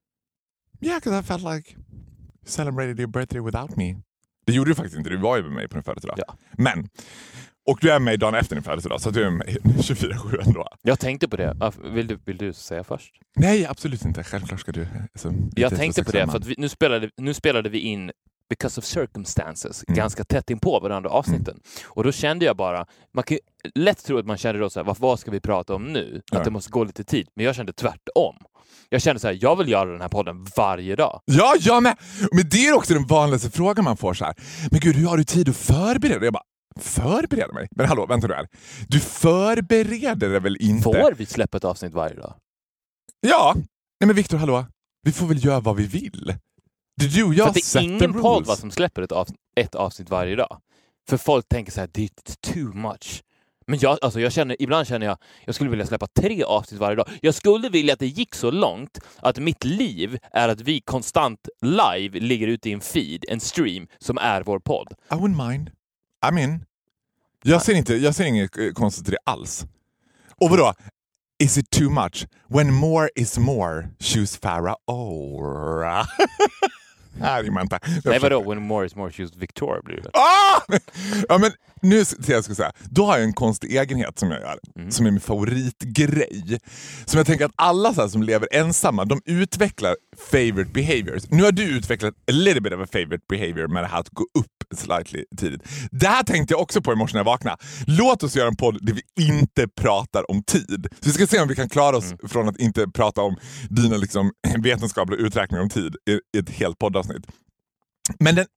[SPEAKER 5] Yeah, because I felt like you celebrated your birthday without me. Det gjorde du faktiskt inte. Du var ju med mig på din födelsedag.
[SPEAKER 6] Ja.
[SPEAKER 5] Men, och du är med dagen efter din födelsedag. Så du är med tjugofyra sju ändå.
[SPEAKER 6] Jag tänkte på det. Vill du, vill du säga först?
[SPEAKER 5] Nej, absolut inte. Självklart ska du. Alltså,
[SPEAKER 6] jag tänkte på det. För att vi, nu, spelade, nu spelade vi in Because of Circumstances,
[SPEAKER 5] mm.
[SPEAKER 6] ganska tätt in på varandra avsnitten. Mm. Och då kände jag bara, man kan ju lätt tro att man kände då så här, vad, vad ska vi prata om nu?
[SPEAKER 5] Ja.
[SPEAKER 6] Att det måste gå lite tid. Men jag kände tvärtom. Jag kände så här, jag vill göra den här podden varje dag.
[SPEAKER 5] Ja, jag med. Men det är också den vanligaste frågan man får så här. Men gud, hur har du tid att förbereda dig? Jag bara, förbereda mig? Men hallå, vänta du här. Du förbereder dig väl inte?
[SPEAKER 6] Får vi släppa ett avsnitt varje dag?
[SPEAKER 5] Ja. Nej men Victor, hallå. Vi får väl göra vad vi vill. Du och jag
[SPEAKER 6] för det är ingen podd vad som släpper ett, av, ett avsnitt varje dag. För folk tänker så här, det är too much. Men jag, alltså jag känner, ibland känner jag, jag skulle vilja släppa tre avsnitt varje dag. Jag skulle vilja att det gick så långt att mitt liv är att vi konstant live ligger ute i en feed, en stream som är vår podd.
[SPEAKER 5] I wouldn't mind. I'm in. Jag ser inte, jag ser inget konstigt i det alls. Och vadå? Is it too much? When more is more, choose Farah Ora. Nej, det inte.
[SPEAKER 6] Nej, vadå? When more is more, choose Victoria blir det.
[SPEAKER 5] Ah! Ja, men nu ska jag ska säga. Då har jag en konstig egenhet som jag gör. Mm. Som är min favoritgrej. Som jag tänker att alla så här, som lever ensamma, de utvecklar favorite behaviors. Nu har du utvecklat a little bit of a favorite behavior med det här att gå upp slightly tidigt. Det här tänkte jag också på i morse när jag vaknade. Låt oss göra en podd där vi inte pratar om tid. Så vi ska se om vi kan klara oss mm. från att inte prata om dina liksom, vetenskapliga uträkningar om tid i ett helt poddavsnitt. Men den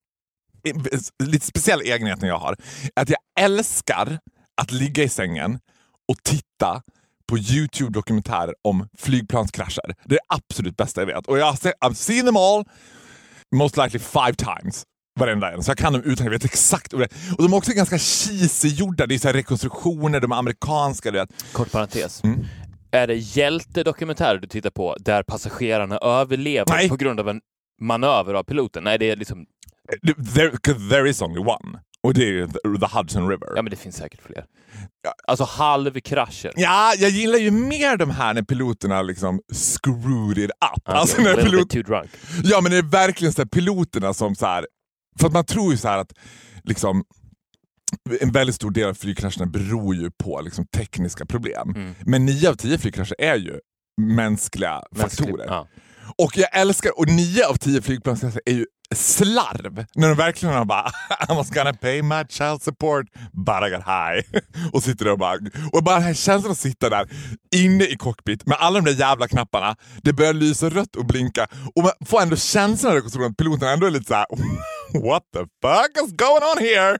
[SPEAKER 5] lite speciella egenheten jag har är att jag älskar att ligga i sängen och titta på YouTube-dokumentärer om flygplanskrascher. Det är det absolut bästa jag vet. Och jag har sett, I've seen them all most likely five times. Varenda en. Så jag kan dem utan jag vet exakt. Och de är också ganska cheesy gjorda. Det är så här rekonstruktioner, de är amerikanska. Du vet.
[SPEAKER 6] Kort parentes.
[SPEAKER 5] Mm.
[SPEAKER 6] Är det hjältedokumentärer du tittar på där passagerarna överlever Nej. på grund av en manöver av piloten? Nej, det är liksom...
[SPEAKER 5] There, there is only one. Och det är the, the Hudson River.
[SPEAKER 6] Ja, men det finns säkert fler. Ja. Alltså halvkrascher.
[SPEAKER 5] Ja, jag gillar ju mer de här när piloterna liksom screwed it up.
[SPEAKER 6] Okay,
[SPEAKER 5] alltså när pilot...
[SPEAKER 6] too drunk.
[SPEAKER 5] Ja, men det är verkligen så här piloterna som så här... För att man tror ju så här att liksom... En väldigt stor del av flygkrascherna beror ju på liksom, tekniska problem. Mm. Men nio av tio flygkrascher är ju mänskliga Mänsklig, faktorer. Ja. Och jag älskar, och nio av tio flygplanskrascher är ju slarv. När de verkligen har bara I was gonna pay my child support but I got high. Och sitter där och bara och bara den här känslan att sitta där inne i cockpit med alla de där jävla knapparna. Det börjar lysa rött och blinka. Och man får ändå känslan att piloten ändå är lite så här what the fuck is going on here?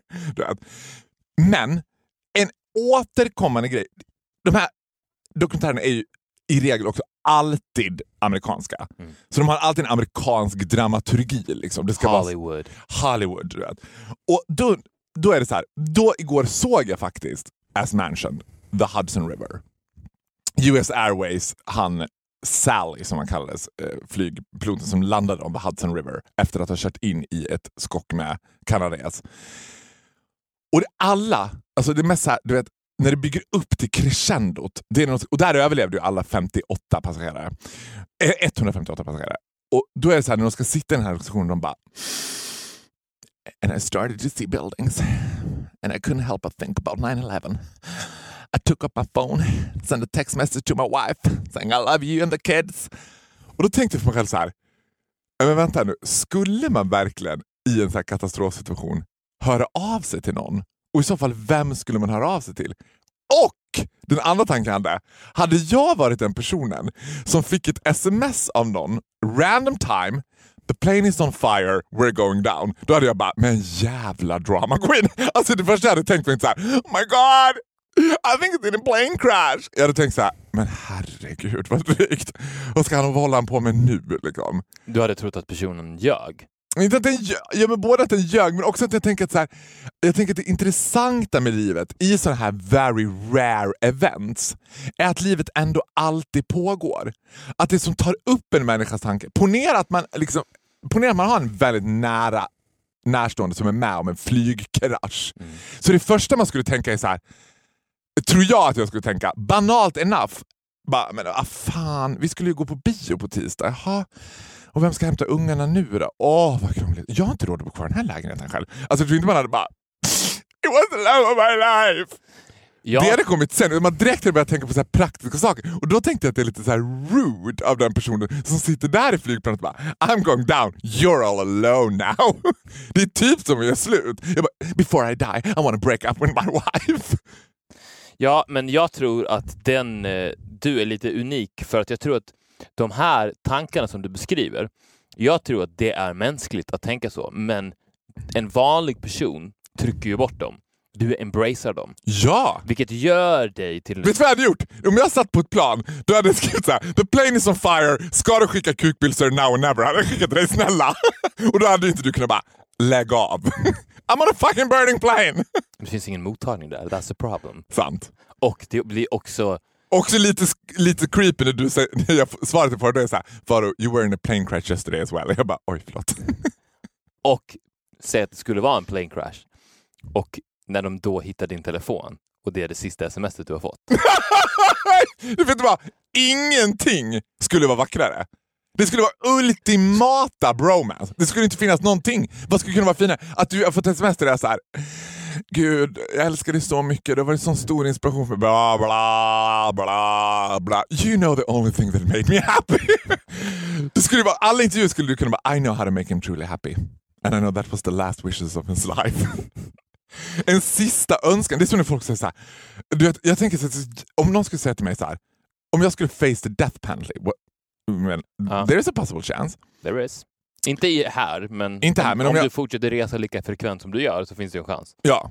[SPEAKER 5] Men en återkommande grej. De här dokumentärerna är ju i regel också alltid amerikanska. Mm. Så de har alltid en amerikansk dramaturgi. Liksom. Det ska
[SPEAKER 6] Hollywood.
[SPEAKER 5] Vara Hollywood, du vet. Och då, då är det så här. Då igår såg jag faktiskt, as mentioned, the Hudson River. U S Airways, han Sally, som man kallades, eh, flygpiloten som landade om Hudson River efter att ha kört in i ett skock med kanadens. Och det alla, alltså det mest så här, du vet, när det bygger upp till crescendot, det är något, och där överlevde ju alla femtioåtta passagerare. etthundrafemtioåtta passagerare. Och då är det så här, när de ska sitta i den här diskussionen, de bara and I started to see buildings and I couldn't help but think about nine eleven. I took up my phone, sent a text message to my wife saying I love you and the kids. Och då tänkte jag för mig själv så här, men vänta nu, skulle man verkligen i en så här katastrofsituation höra av sig till någon? Och i så fall, vem skulle man höra av sig till? Och den andra tanken hade, hade jag varit den personen som fick ett sms av någon, random time, the plane is on fire, we're going down. Då hade jag bara, men jävla drama queen. Alltså det första jag hade tänkt var inte så här, oh my god, I think it's in a plane crash. Jag hade tänkt så här, men herregud vad drygt. Vad ska han hålla på med nu liksom?
[SPEAKER 6] Du hade trott att personen ljög.
[SPEAKER 5] Inte att den ljög, ja, men både att den ljög, men också att jag tänker att så här, jag tänker att det intressanta med livet i sådana här very rare events är att livet ändå alltid pågår. Att det som tar upp en människas tanke. Ponera att man liksom, ponera att man har en väldigt nära närstående som är med om en flygkrasch. Mm. Så det första man skulle tänka är så här, tror jag att jag skulle tänka, banalt enough, bara, men ah, fan, vi skulle ju gå på bio på tisdag. Jaha. Och vem ska hämta ungarna nu då? Åh, vad krångligt. Jag har inte råd att bo kvar i den här lägenheten själv. Alltså jag tror inte man hade bara, it was the love of my life. Ja. Det hade kommit sen. Man direkt hade börjat tänka på så här praktiska saker. Och då tänkte jag att det är lite så här rude av den personen som sitter där i flygplanet och bara, I'm going down, you're all alone now. Det är typ som att göra slut. Jag bara, before I die, I want to break up with my wife.
[SPEAKER 6] Ja, men jag tror att den, eh, du är lite unik, för att jag tror att de här tankarna som du beskriver, jag tror att det är mänskligt att tänka så, men en vanlig person trycker ju bort dem. Du embracear dem.
[SPEAKER 5] Ja!
[SPEAKER 6] Vilket gör dig till...
[SPEAKER 5] Vet du vad jag hade gjort? Om jag satt på ett plan, då hade jag skrivit så här: the plane is on fire, ska du skicka kukbilder now or never? Hade jag skickat till dig, snälla. Och då hade inte du kunnat bara lägga av. I'm on a fucking burning plane.
[SPEAKER 6] Det finns ingen mottagning där, that's a problem.
[SPEAKER 5] Sant.
[SPEAKER 6] Och det blir också...
[SPEAKER 5] Också lite, lite creepy när du säger, när jag svarade på det, är så här, Faro, you were in a plane crash yesterday as well. Jag bara, oj förlåt.
[SPEAKER 6] Och säg att det skulle vara en plane crash. Och när de då hittar din telefon och det är det sista smset du har fått.
[SPEAKER 5] Du vet vad? Ingenting skulle vara vackrare. Det skulle vara ultimata bromance. Det skulle inte finnas någonting. Vad skulle kunna vara finare? Att du har fått ett sms där det är så här: Gud, jag älskar dig så mycket. Det har varit en sån stor inspiration för bla bla bla bla. You know the only thing that made me happy. Det skulle vara, alla intervjuer skulle du kunna vara, I know how to make him truly happy. And I know that was the last wishes of his life. En sista önskan. Det är som när folk säger så här. Du vet, jag tänker så här, om någon skulle säga till mig så här, om jag skulle face the death penalty, what, men, uh. there is a possible chance.
[SPEAKER 6] There is. Inte i här, men,
[SPEAKER 5] inte här, men om,
[SPEAKER 6] om
[SPEAKER 5] jag...
[SPEAKER 6] du fortsätter resa lika frekvent som du gör så finns det ju en chans.
[SPEAKER 5] Ja.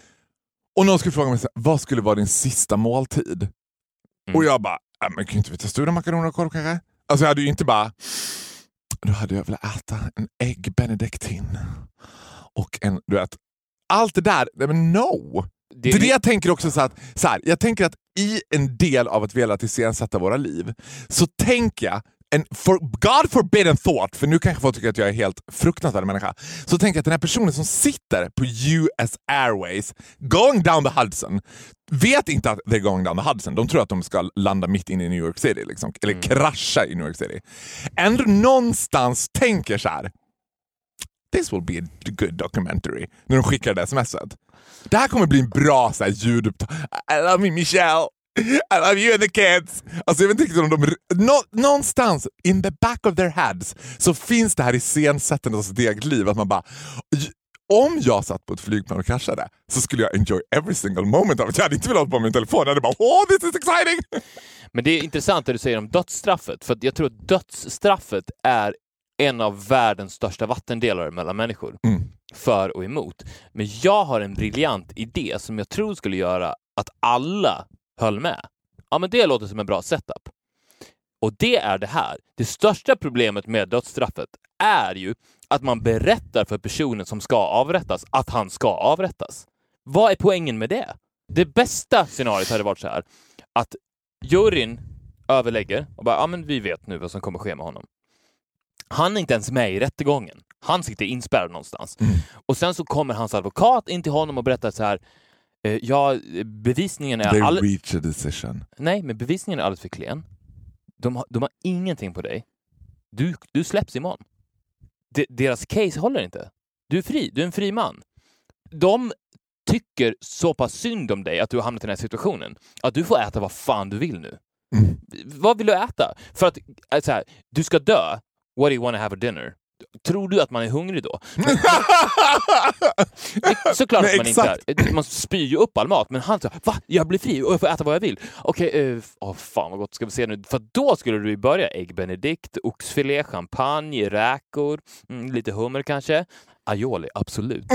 [SPEAKER 5] Och någon skulle fråga mig så här, vad skulle vara din sista måltid? Mm. Och jag bara, äh, men kan ju inte vi ta stora makaroner och korv kanske? Alltså jag hade ju inte bara, då hade jag velat äta en ägg benediktin och en, du vet, allt det där, men no. Det är det, det jag tänker också så att, så här, jag tänker att i en del av att vilja iscensätta våra liv så tänker jag, en for, God forbidden thought, för nu kanske folk tycker att jag är helt fruktansvärd människa, så tänker jag att den här personen som sitter på U S Airways going down the Hudson vet inte att they're going down the Hudson. De tror att de ska landa mitt inne i New York City liksom, eller mm. krascha i New York City. Ändå någonstans tänker så här, this will be a good documentary, när de skickar det smset. Det här kommer bli en bra så här, ljudupptag. I love you, Michelle. I love you and the kids. Alltså jag vet inte riktigt om de... Nå, någonstans in the back of their heads så finns det här i scensättandet av sitt eget liv. Att man bara... Om jag satt på ett flygplan och kraschade så skulle jag enjoy every single moment av det. Jag hade inte velat ha på min telefon. Jag hade bara, oh, this is exciting!
[SPEAKER 6] Men det är intressant det du säger om dödsstraffet. För jag tror att dödsstraffet är en av världens största vattendelare mellan människor. Mm. För och emot. Men jag har en briljant idé som jag tror skulle göra att alla höll med. Ja, men det låter som en bra setup. Och det är det här. Det största problemet med dödsstraffet är ju att man berättar för personen som ska avrättas att han ska avrättas. Vad är poängen med det? Det bästa scenariot hade varit så här. Att juryn överlägger och bara, ja men vi vet nu vad som kommer ske med honom. Han är inte ens med i rättegången. Han sitter inspärrad någonstans. Mm. Och sen så kommer hans advokat in till honom och berättar så här, eh, ja, bevisningen är...
[SPEAKER 5] They
[SPEAKER 6] all...
[SPEAKER 5] reach a decision.
[SPEAKER 6] Nej, men bevisningen är alldeles för klen. De har, de har ingenting på dig. Du, du släpps imorgon. De, deras case håller inte. Du är fri. Du är en fri man. De tycker så pass synd om dig att du har hamnat i den här situationen. Att du får äta vad fan du vill nu. Mm. Vad vill du äta? För att så här, du ska dö. What do you want to have a dinner? Tror du att man är hungrig då? Men, såklart att man inte är. Man spyr ju upp all mat. Men han säger, va? Jag blir fri och jag får äta vad jag vill. Okej, okay, uh, oh, fan vad gott ska vi se nu. För då skulle du börja ägg benedict, oxfilé, champagne, räkor, mm, lite hummer kanske. Aioli, absolut.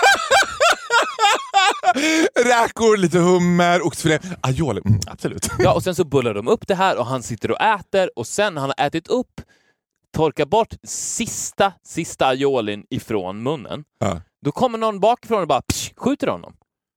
[SPEAKER 5] Räkor, lite hummer, oxfilé, aioli, mm, absolut.
[SPEAKER 6] Ja, och sen så bullar de upp det här och han sitter och äter och sen han har ätit upp, torkar bort sista, sista aiolin ifrån munnen. Ja. Då kommer någon bakifrån och bara psh, skjuter honom.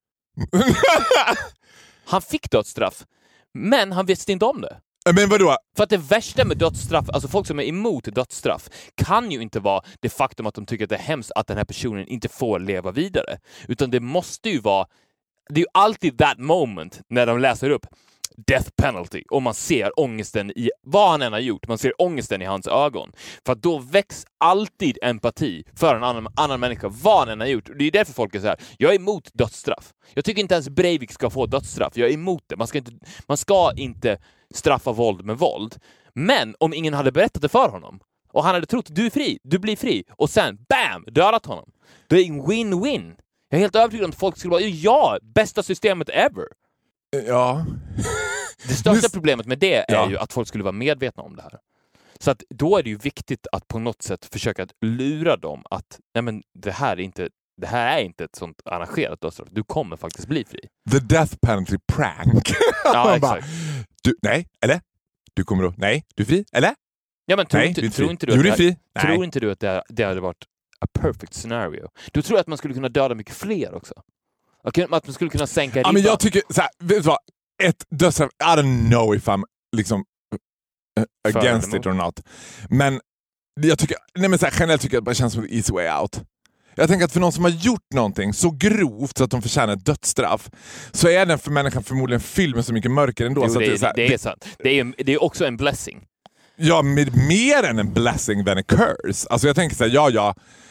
[SPEAKER 6] Han fick dödsstraff, men han visste inte om det.
[SPEAKER 5] Men vadå?
[SPEAKER 6] För att det värsta med dödsstraff, alltså folk som är emot dödsstraff, kan ju inte vara det faktum att de tycker att det är hemskt att den här personen inte får leva vidare. Utan det måste ju vara, det är ju alltid that moment när de läser upp death penalty och man ser ångesten i vad han än har gjort. Man ser ångesten i hans ögon. För att då väcks alltid empati för en annan, annan människa vad han än har gjort. Det är därför folk är så här, jag är emot dödsstraff. Jag tycker inte ens Breivik ska få dödsstraff. Jag är emot det. Man ska inte, man ska inte straffa våld med våld. Men om ingen hade berättat det för honom och han hade trott, du är fri, du blir fri och sen, bam, dödat honom. Det är en win-win. Jag är helt övertygad om att folk skulle vara, ja, bästa systemet ever.
[SPEAKER 5] Ja.
[SPEAKER 6] Det största problemet med det är ja. ju att folk skulle vara medvetna om det här. Så att då är det ju viktigt att på något sätt försöka att lura dem att nej men det här är inte det här är inte ett sånt arrangerat dödsstraff. Du kommer faktiskt bli fri.
[SPEAKER 5] The death penalty prank.
[SPEAKER 6] Ja, exakt. Bara,
[SPEAKER 5] du, nej, eller? Du kommer då, nej, du är fri, eller?
[SPEAKER 6] Ja, men tror
[SPEAKER 5] nej,
[SPEAKER 6] inte,
[SPEAKER 5] du
[SPEAKER 6] tror inte du
[SPEAKER 5] att
[SPEAKER 6] det,
[SPEAKER 5] du är fri?
[SPEAKER 6] Tror inte du att det, det hade varit a perfect scenario? Du tror att man skulle kunna döda mycket fler också? Att man skulle kunna sänka ribban?
[SPEAKER 5] Ja, men jag tycker, så här, vet du vad? Ett dödsstraff, I don't know if I'm liksom uh, against it or not. Men jag tycker, nej men så här, generellt tycker jag att det känns som en easy way out. Jag tänker att för någon som har gjort någonting så grovt så att de förtjänar ett dödsstraff, så är den för människan förmodligen fylld med så mycket mörker ändå.
[SPEAKER 6] Jo,
[SPEAKER 5] så
[SPEAKER 6] det,
[SPEAKER 5] att
[SPEAKER 6] är,
[SPEAKER 5] det, är så här,
[SPEAKER 6] det är sant. Det är, det är också en blessing.
[SPEAKER 5] Ja, med mer än en blessing than a curse. Alltså jag tänker så här, ja, ja.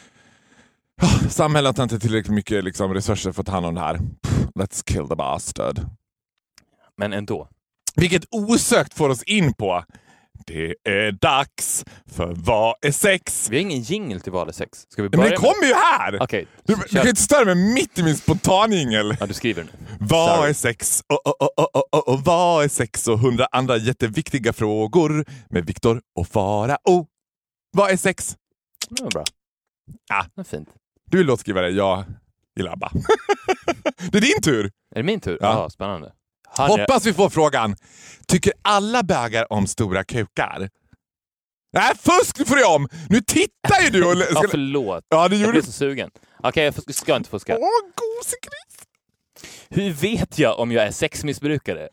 [SPEAKER 5] Oh, samhället har inte tillräckligt mycket liksom, resurser för att ta hand om det här. Pff, let's kill the bastard.
[SPEAKER 6] Men ändå.
[SPEAKER 5] Vilket osökt får oss in på det är dags för vad är sex?
[SPEAKER 6] Vi har ingen jingle till vad är sex. Ska vi börja?
[SPEAKER 5] Men det kommer ju här!
[SPEAKER 6] Okay,
[SPEAKER 5] du, du kan inte störa mig mitt i min spontanjingel.
[SPEAKER 6] Ja, du skriver nu.
[SPEAKER 5] Vad
[SPEAKER 6] Sorry.
[SPEAKER 5] är sex? Och, och, och, och, och, och vad är sex? Och hundra andra jätteviktiga frågor med Viktor och Farao. Oh, vad är sex?
[SPEAKER 6] Det var bra.
[SPEAKER 5] Ja,
[SPEAKER 6] det är fint.
[SPEAKER 5] Du är låtskrivare, jag gillar ABBA. Det är din tur.
[SPEAKER 6] Är det min tur? Ja, ja, spännande.
[SPEAKER 5] Han Hoppas är... vi får frågan. Tycker alla bögar om stora kukar? Nej, fusk, du får det om. Nu tittar ju du. Och...
[SPEAKER 6] ja, förlåt.
[SPEAKER 5] Ja, det gjorde...
[SPEAKER 6] Jag blev så sugen. Okej, okay, jag ska inte fuska.
[SPEAKER 5] Åh, gosekris.
[SPEAKER 6] Hur vet jag om jag är sexmissbrukare?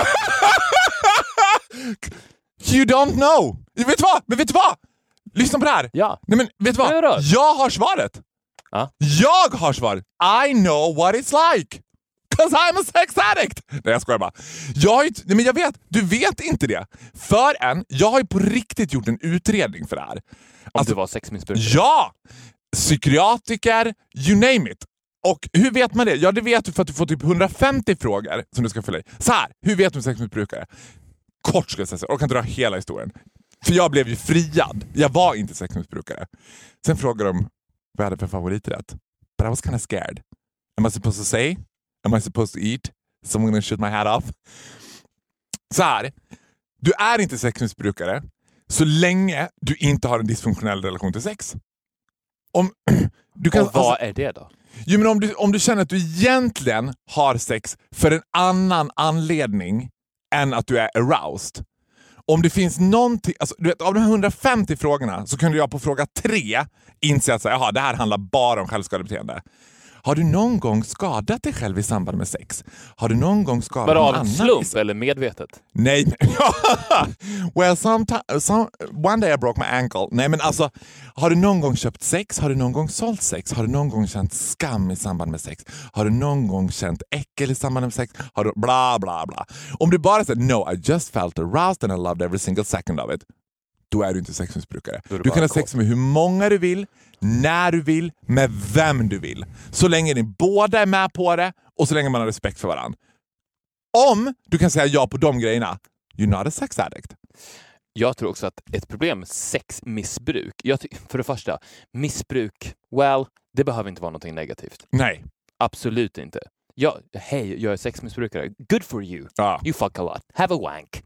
[SPEAKER 5] You don't know. Vet du vad? Men vet du vad? Lyssna på det här.
[SPEAKER 6] Ja.
[SPEAKER 5] Nej, men vet du vad?
[SPEAKER 6] Jag,
[SPEAKER 5] jag har svaret.
[SPEAKER 6] Ja?
[SPEAKER 5] Jag har svaret. I know what it's like. Cause I'm a sex addict. Nej, jag skojar bara. Jag har ju, nej, men jag vet, du vet inte det. Förrän, jag har ju på riktigt gjort en utredning för det här.
[SPEAKER 6] Om
[SPEAKER 5] alltså,
[SPEAKER 6] du var sexmissbrukare?
[SPEAKER 5] Ja! Psykiatriker, you name it. Och hur vet man det? Ja, det vet du för att du får typ hundrafemtio frågor som du ska fylla i. Så här, hur vet du om sexmissbrukare? Kort ska jag säga så. Jag kan dra hela historien. För jag blev ju friad. Jag var inte sexmissbrukare. Sen frågade de vad jag hade för favoriträtt. But I was kind of scared. Am I supposed to say? Am I supposed to eat? So I'm gonna shoot my hat off. Så här. Du är inte sexmissbrukare så länge du inte har en dysfunktionell relation till sex. Om, du kan,
[SPEAKER 6] och vad
[SPEAKER 5] alltså,
[SPEAKER 6] är det då?
[SPEAKER 5] Jo, men om, du, om du känner att du egentligen har sex för en annan anledning än att du är aroused. Om det finns någonting, alltså, du vet, av de hundrafemtio frågorna så kunde jag på fråga tre inse att så, jaha, det här handlar bara om självskadebeteende. Har du någon gång skadat dig själv i samband med sex? Har du någon gång skadat
[SPEAKER 6] Bara
[SPEAKER 5] någon
[SPEAKER 6] av en
[SPEAKER 5] annan?
[SPEAKER 6] slump eller medvetet?
[SPEAKER 5] Nej. Well, sometime, some, one day I broke my ankle. Nej, men alltså, har du någon gång köpt sex? Har du någon gång sålt sex? Har du någon gång känt skam i samband med sex? Har du någon gång känt äckel i samband med sex? Har du bla bla bla? Om du bara säger no, I just felt aroused and I loved every single second of it. Då är du inte sexmissbrukare. Du, du kan ha sex med hur många du vill, när du vill, med vem du vill. Så länge ni båda är med på det och så länge man har respekt för varandra. Om du kan säga ja på de grejerna, you're not a sex addict.
[SPEAKER 6] Jag tror också att ett problem med sexmissbruk, jag ty- för det första, missbruk, well, det behöver inte vara något negativt.
[SPEAKER 5] Nej.
[SPEAKER 6] Absolut inte. Jag, hej, jag är sexmissbrukare. Good for you.
[SPEAKER 5] Ja.
[SPEAKER 6] You fuck a lot. Have a wank.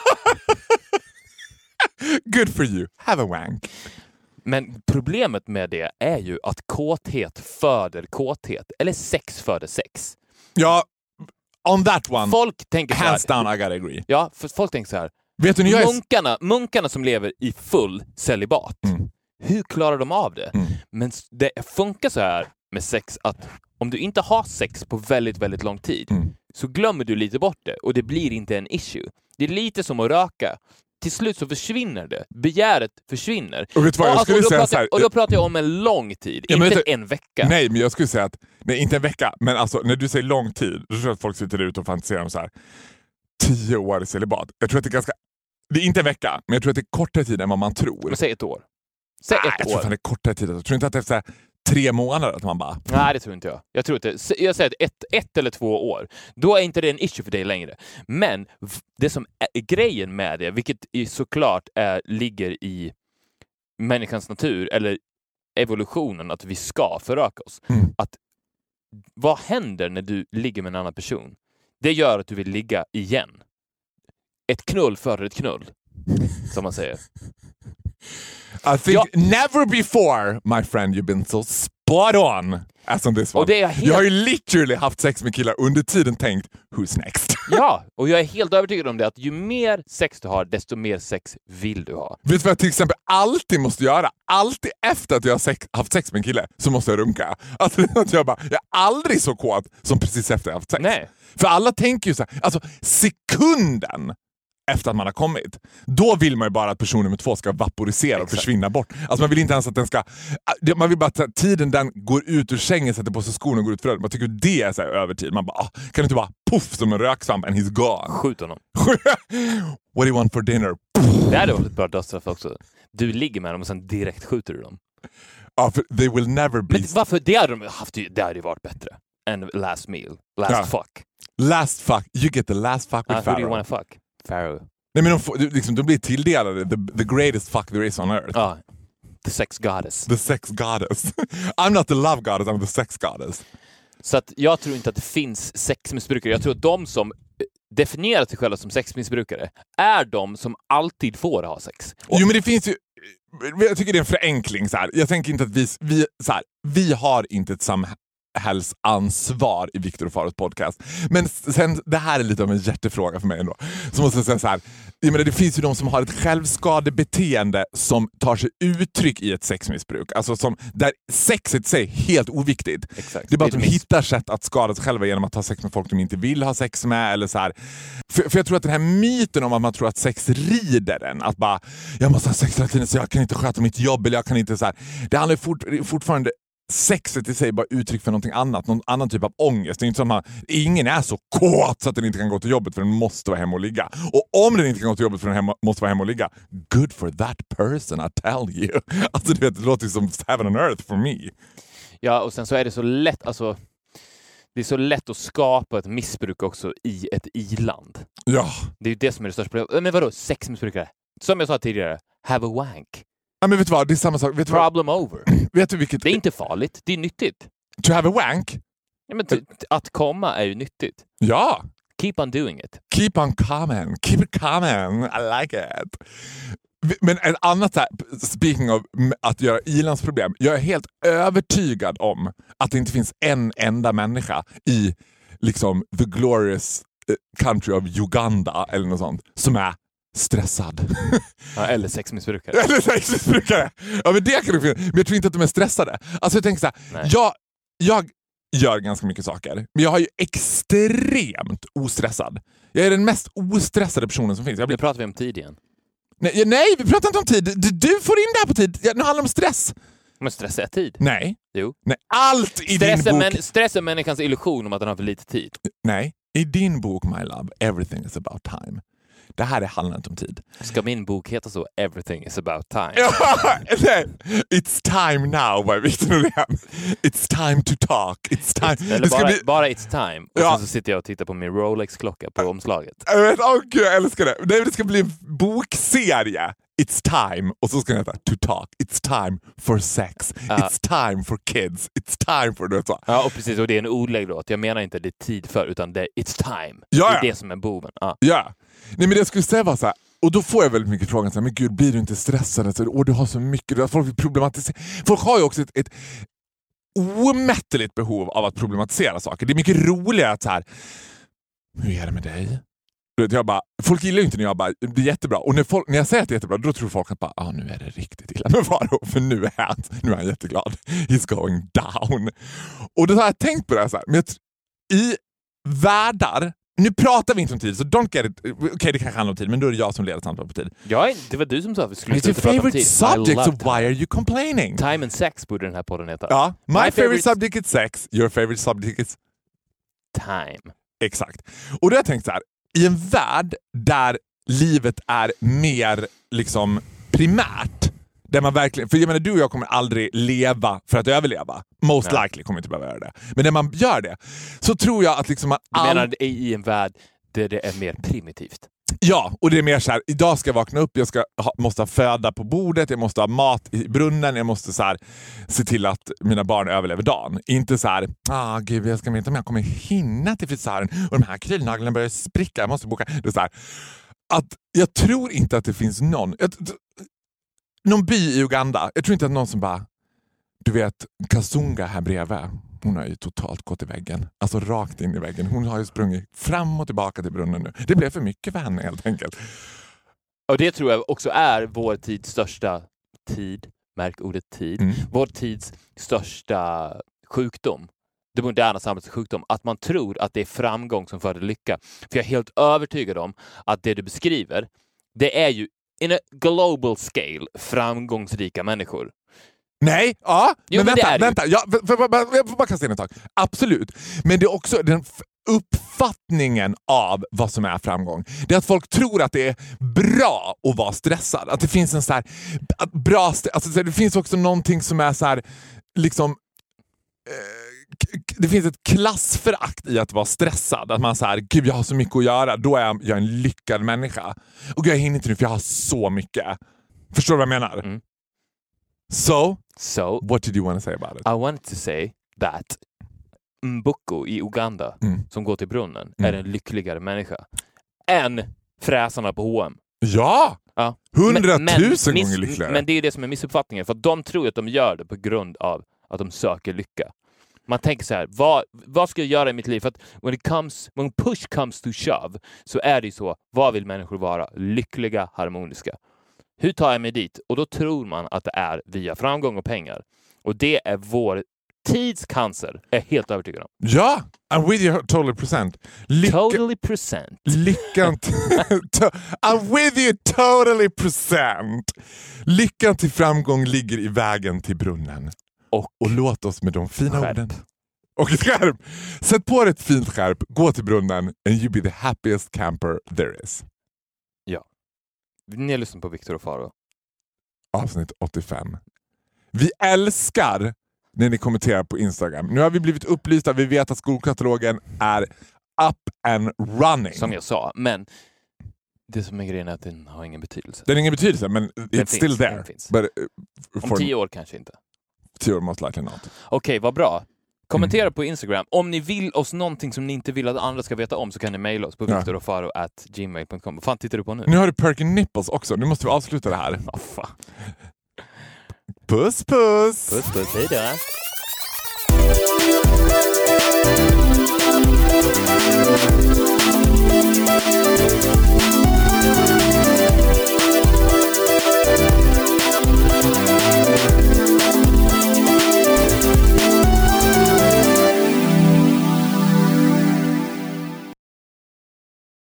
[SPEAKER 5] Good for you. Have a wank.
[SPEAKER 6] Men problemet med det är ju att kåthet föder kåthet. Eller sex föder sex.
[SPEAKER 5] Ja, on that one.
[SPEAKER 6] Folk tänker så här,
[SPEAKER 5] hands down, I gotta agree.
[SPEAKER 6] Ja, för folk tänker så här.
[SPEAKER 5] Vet du, jag är...
[SPEAKER 6] munkarna, munkarna som lever i full celibat.
[SPEAKER 5] Mm.
[SPEAKER 6] Hur klarar de av det?
[SPEAKER 5] Mm.
[SPEAKER 6] Men det funkar så här med sex att om du inte har sex på väldigt, väldigt lång tid
[SPEAKER 5] Mm.
[SPEAKER 6] så glömmer du lite bort det och det blir inte en issue. Det är lite som att röka. Till slut så försvinner det. Begäret försvinner.
[SPEAKER 5] Och vet du vad, jag
[SPEAKER 6] och,
[SPEAKER 5] skulle
[SPEAKER 6] alltså, och, då
[SPEAKER 5] säga
[SPEAKER 6] pratar,
[SPEAKER 5] så här,
[SPEAKER 6] och då pratar jag om en lång tid,
[SPEAKER 5] Ja, men
[SPEAKER 6] inte
[SPEAKER 5] vet du-
[SPEAKER 6] en vecka.
[SPEAKER 5] Nej, men jag skulle säga att, nej, inte en vecka, men alltså när du säger lång tid, då tror jag att folk sitter ut och fantiserar om så här tio år i celibat. Jag tror att det är ganska, det är inte en vecka, men jag tror att det är kortare tid än vad man tror.
[SPEAKER 6] Men säg ett år. Säg
[SPEAKER 5] Nej,
[SPEAKER 6] ett
[SPEAKER 5] jag tror
[SPEAKER 6] år.
[SPEAKER 5] att det är kortare tid. Jag tror inte att det är så här tre månader att man bara...
[SPEAKER 6] Nej, det tror inte jag. Jag tror att det, jag säger att ett, ett eller två år, då är inte det en issue för dig längre. Men v- det som är grejen med det, vilket i- såklart är, ligger i människans natur eller evolutionen, att vi ska föröka oss.
[SPEAKER 5] Mm.
[SPEAKER 6] Att vad händer när du ligger med en annan person? Det gör att du vill ligga igen. Ett knull före ett knull, som man säger.
[SPEAKER 5] I think
[SPEAKER 6] Ja.
[SPEAKER 5] never before, my friend, you've been so spot on as on this one.
[SPEAKER 6] Och det är helt-
[SPEAKER 5] Jag har ju literally haft sex med killar under tiden tänkt, who's next?
[SPEAKER 6] Ja, och jag är helt övertygad om det, att ju mer sex du har, desto mer sex vill du ha.
[SPEAKER 5] Vet du vad jag till exempel alltid måste göra? Alltid efter att jag har sex, haft sex med en kille så måste jag runka. Alltså, att jag, bara, jag är aldrig så kåt som precis efter att jag har haft sex.
[SPEAKER 6] Nej.
[SPEAKER 5] För alla tänker ju så här, alltså sekunden efter att man har kommit, då vill man ju bara att person nummer två ska vaporisera och
[SPEAKER 6] Exakt.
[SPEAKER 5] försvinna bort. Alltså man vill inte ens att den ska... Man vill bara att tiden den går ut ur sängen, sätter på sig skorna och går ut för övrigt. Man tycker det är så här övertid. Man bara, ah, kan du inte bara puff som en röksvamp and he's gone.
[SPEAKER 6] Skjut honom.
[SPEAKER 5] What do you want for dinner?
[SPEAKER 6] Det hade varit ett bra dödsstraff också. Du ligger med dem och sen direkt skjuter du dem.
[SPEAKER 5] Ja, för they will never be...
[SPEAKER 6] Men varför? Det hade de haft, det hade ju varit bättre än last meal. Last
[SPEAKER 5] Ja.
[SPEAKER 6] fuck.
[SPEAKER 5] Last fuck. You get the last fuck with
[SPEAKER 6] Uh, who do you
[SPEAKER 5] Pharaoh.
[SPEAKER 6] wanna fuck? Pharaoh.
[SPEAKER 5] Nej, men de, får, liksom, de blir tilldelade the, the greatest fuck there is on earth.
[SPEAKER 6] Ja. The sex goddess.
[SPEAKER 5] The sex goddess. I'm not the love goddess, I'm the sex goddess.
[SPEAKER 6] Så att jag tror inte att det finns sexmissbrukare. Jag tror att de som definierar sig själva som sexmissbrukare är de som alltid får ha sex. Och
[SPEAKER 5] Jo, men det finns ju... Jag tycker det är en förenkling. Så här. Jag tänker inte att vi... Vi, så här, vi har inte ett samhällsansvar i Viktor och Faros podcast. Men sen, det här är lite av en hjärtefråga för mig ändå. Så måste jag säga så här. Jag menar, det finns ju de som har ett självskadebeteende som tar sig uttryck i ett sexmissbruk. Alltså som, där sexet i sig är helt oviktigt.
[SPEAKER 6] Exakt.
[SPEAKER 5] Det är bara att
[SPEAKER 6] Det är
[SPEAKER 5] de
[SPEAKER 6] ett miss-
[SPEAKER 5] hittar sätt att skada sig själva genom att ha sex med folk de inte vill ha sex med. Eller så här. För, för jag tror att den här myten om att man tror att sex rider en, att bara, jag måste ha sex hela tiden så jag kan inte sköta mitt jobb, eller jag kan inte så här. Det handlar fort, fortfarande, sexet i sig bara uttryck för någonting annat, någon annan typ av ångest. Det är inte som att ingen är så kåt så att den inte kan gå till jobbet för den måste vara hemma och ligga. Och om den inte kan gå till jobbet för den hemma, måste vara hemma och ligga, good for that person, I tell you. Alltså du vet, det låter som heaven on earth for me.
[SPEAKER 6] Ja, och sen så är det så lätt, alltså det är så lätt att skapa ett missbruk också i ett i-land.
[SPEAKER 5] Ja.
[SPEAKER 6] Det är ju det som är det största problemet. Men vadå, sexmissbrukare? Som jag sa tidigare, have a wank.
[SPEAKER 5] Ja, men vet du vad, det är samma sak. Vet du vad?
[SPEAKER 6] Problem over.
[SPEAKER 5] Vet du vilket...
[SPEAKER 6] Det är inte farligt, det är nyttigt.
[SPEAKER 5] To have a wank?
[SPEAKER 6] Ja, men t- t- att komma är ju nyttigt.
[SPEAKER 5] Ja.
[SPEAKER 6] Keep on doing it.
[SPEAKER 5] Keep on coming. Keep it coming. I like it. Men ett annat så här, speaking of att göra ilandsproblem. Jag är helt övertygad om att det inte finns en enda människa i liksom the glorious country of Uganda eller något sånt som är stressad.
[SPEAKER 6] Ja, eller sexmissbrukare.
[SPEAKER 5] Eller sexmissbrukare. Ja, men det kan det finnas. Men jag tror inte att de är stressade. Alltså jag tänker så här,
[SPEAKER 6] Nej.
[SPEAKER 5] jag, jag gör ganska mycket saker. Men jag är ju extremt ostressad. Jag är den mest ostressade personen som finns. Jag blir...
[SPEAKER 6] Nu pratar vi om tid igen.
[SPEAKER 5] Nej, nej, vi pratar inte om tid. Du, du får in det här på tid. Nu handlar det om stress.
[SPEAKER 6] Men stress är tid.
[SPEAKER 5] Nej.
[SPEAKER 6] Jo.
[SPEAKER 5] Nej, allt i
[SPEAKER 6] stress
[SPEAKER 5] din bok...
[SPEAKER 6] Men, stress är människans illusion om att den har för lite tid.
[SPEAKER 5] Nej, i din bok, My Love, everything is about time. Det här handlar inte om tid.
[SPEAKER 6] Ska min bok heta så? Everything is about time.
[SPEAKER 5] It's time now, by Victor Norén. It's time to talk. It's time.
[SPEAKER 6] It's, eller
[SPEAKER 5] det ska
[SPEAKER 6] bara,
[SPEAKER 5] bli...
[SPEAKER 6] bara it's time. Och
[SPEAKER 5] ja.
[SPEAKER 6] sen så sitter jag och tittar på min Rolex-klocka på omslaget.
[SPEAKER 5] Jag vet, åh gud, jag älskar det. Nej, det ska bli en bokserie. It's time. Och så ska den heta To talk. It's time for sex. Uh. It's time for kids. It's time for... Det, så.
[SPEAKER 6] Ja, och precis. Och det är en ordlägg då. Jag menar inte det är tid för, utan det är it's time.
[SPEAKER 5] Ja,
[SPEAKER 6] det är
[SPEAKER 5] ja.
[SPEAKER 6] det som är boven. Ja.
[SPEAKER 5] ja. Nej, men det jag skulle säga var så här, och då får jag väldigt mycket frågan så här, men gud, blir du inte stressad? Så, och du har så mycket, folk vill problematisera. Folk har ju också ett, ett omättligt behov av att problematisera saker. Det är mycket roligare att så här, hur är det med dig? Jag bara, folk gillar ju inte när jag bara, det är jättebra. Och när, folk, när jag säger att det är jättebra, då tror folk att bara, ah, nu är det riktigt illa med Faro. För nu är han, nu är han jätteglad. He's going down. Och då har jag tänkt på det här så här, men jag, i världar, nu pratar vi inte om tid, så don't get it. Okej, okay, det kanske handlar om tid, men då är det jag som leder samtal på tid.
[SPEAKER 6] Ja, det var du som sa att vi skulle
[SPEAKER 5] It's your
[SPEAKER 6] prata om
[SPEAKER 5] favorite
[SPEAKER 6] tid.
[SPEAKER 5] subject, so why are you complaining?
[SPEAKER 6] Time and sex borde den här podden heta.
[SPEAKER 5] Ja, my, my favorite, favorite subject is sex, your favorite subject is...
[SPEAKER 6] time.
[SPEAKER 5] Exakt. Och då har jag tänkt så här, i en värld där livet är mer liksom primärt, där man verkligen, för jag menar, du och jag kommer aldrig leva för att överleva. Most Nej. likely kommer inte behöva göra det. Men när man gör det, så tror jag att liksom man...
[SPEAKER 6] Du menar all... i en värld där det är mer primitivt?
[SPEAKER 5] Ja, och det är mer så här, idag ska jag vakna upp, jag ska ha, måste ha föda på bordet, jag måste ha mat i brunnen, jag måste så här, se till att mina barn överlever dagen. Inte så här, ah gud, jag ska veta om jag kommer hinna till frisören och de här krylnaglarna börjar spricka, jag måste boka. Det är så här, att jag tror inte att det finns någon... Jag, någon by i Uganda, jag tror inte att någon som bara, du vet, Kasunga här bredvid, hon har ju totalt gått i väggen. Alltså rakt in i väggen. Hon har ju sprungit fram och tillbaka till brunnen nu. Det blev för mycket för henne helt enkelt.
[SPEAKER 6] Och det tror jag också är vår tids största tid, märk ordet tid, mm. vår tids största sjukdom. Det moderna samhällets sjukdom. Att man tror att det är framgång som föder lycka. För jag är helt övertygad om att det du beskriver, det är ju in a global scale framgångsrika människor.
[SPEAKER 5] Nej, ja,
[SPEAKER 6] jo,
[SPEAKER 5] men,
[SPEAKER 6] men
[SPEAKER 5] vänta, vänta. Ja, för, för, för, jag får bara kasta in ett tag. Absolut. Men det är också den uppfattningen av vad som är framgång. Det är att folk tror att det är bra att vara stressad. Att det finns en så här bra, alltså det finns också någonting som är så här liksom eh, det finns ett klassförakt i att vara stressad. Att man säger, gud jag har så mycket att göra. Då är jag, jag är en lyckad människa. Och jag hinner inte nu för jag har så mycket. Förstår du vad jag menar? Mm. So,
[SPEAKER 6] so,
[SPEAKER 5] what did you want to say about it?
[SPEAKER 6] I wanted to say that Mboko i Uganda mm. som går till brunnen mm. är en lyckligare människa än fräsarna på H och M.
[SPEAKER 5] Ja!
[SPEAKER 6] ja.
[SPEAKER 5] Hundratusen gånger lyckligare.
[SPEAKER 6] Men det är det som är missuppfattningen. För att de tror att de gör det på grund av att de söker lycka. Man tänker så här, vad, vad ska jag göra i mitt liv? För att when, it comes, when push comes to shove så är det ju så, vad vill människor vara? Lyckliga, harmoniska. Hur tar jag mig dit? Och då tror man att det är via framgång och pengar. Och det är vår tids cancer. Jag är helt övertygad om.
[SPEAKER 5] Ja, I'm with you totally percent. Lycka,
[SPEAKER 6] totally percent.
[SPEAKER 5] Lyckan t- to- I'm with you totally percent. Lyckan till framgång ligger i vägen till brunnen. Och, och låt oss med de fina skärp. orden. Och ett skärp. Sätt på ett fint skärp, gå till brunnen and you be the happiest camper there is.
[SPEAKER 6] Ja. Ni har lyssnat på Victor och Faro.
[SPEAKER 5] Avsnitt åttiofem. Vi älskar när ni kommenterar på Instagram. Nu har vi blivit upplysta. Vi vet att skolkatalogen är up and running.
[SPEAKER 6] Som jag sa. Men det som är grejen är att den har ingen betydelse.
[SPEAKER 5] Den har ingen betydelse, men it's
[SPEAKER 6] den
[SPEAKER 5] still
[SPEAKER 6] finns,
[SPEAKER 5] there.
[SPEAKER 6] But,
[SPEAKER 5] uh,
[SPEAKER 6] Om tio år kanske inte.
[SPEAKER 5] Tio år most likely not.
[SPEAKER 6] Okej, okay, vad bra. Kommentera mm. på Instagram. Om ni vill oss någonting som ni inte vill att andra ska veta om så kan ni mejla oss på ja. victorofaro at gmail dot com. Vad fan tittar du på nu?
[SPEAKER 5] Nu har du Perky Nipples också. Nu måste vi avsluta det här.
[SPEAKER 6] Oh, fan.
[SPEAKER 5] Puss, puss!
[SPEAKER 6] Puss, puss. Hej då!
[SPEAKER 7] We'll be right back.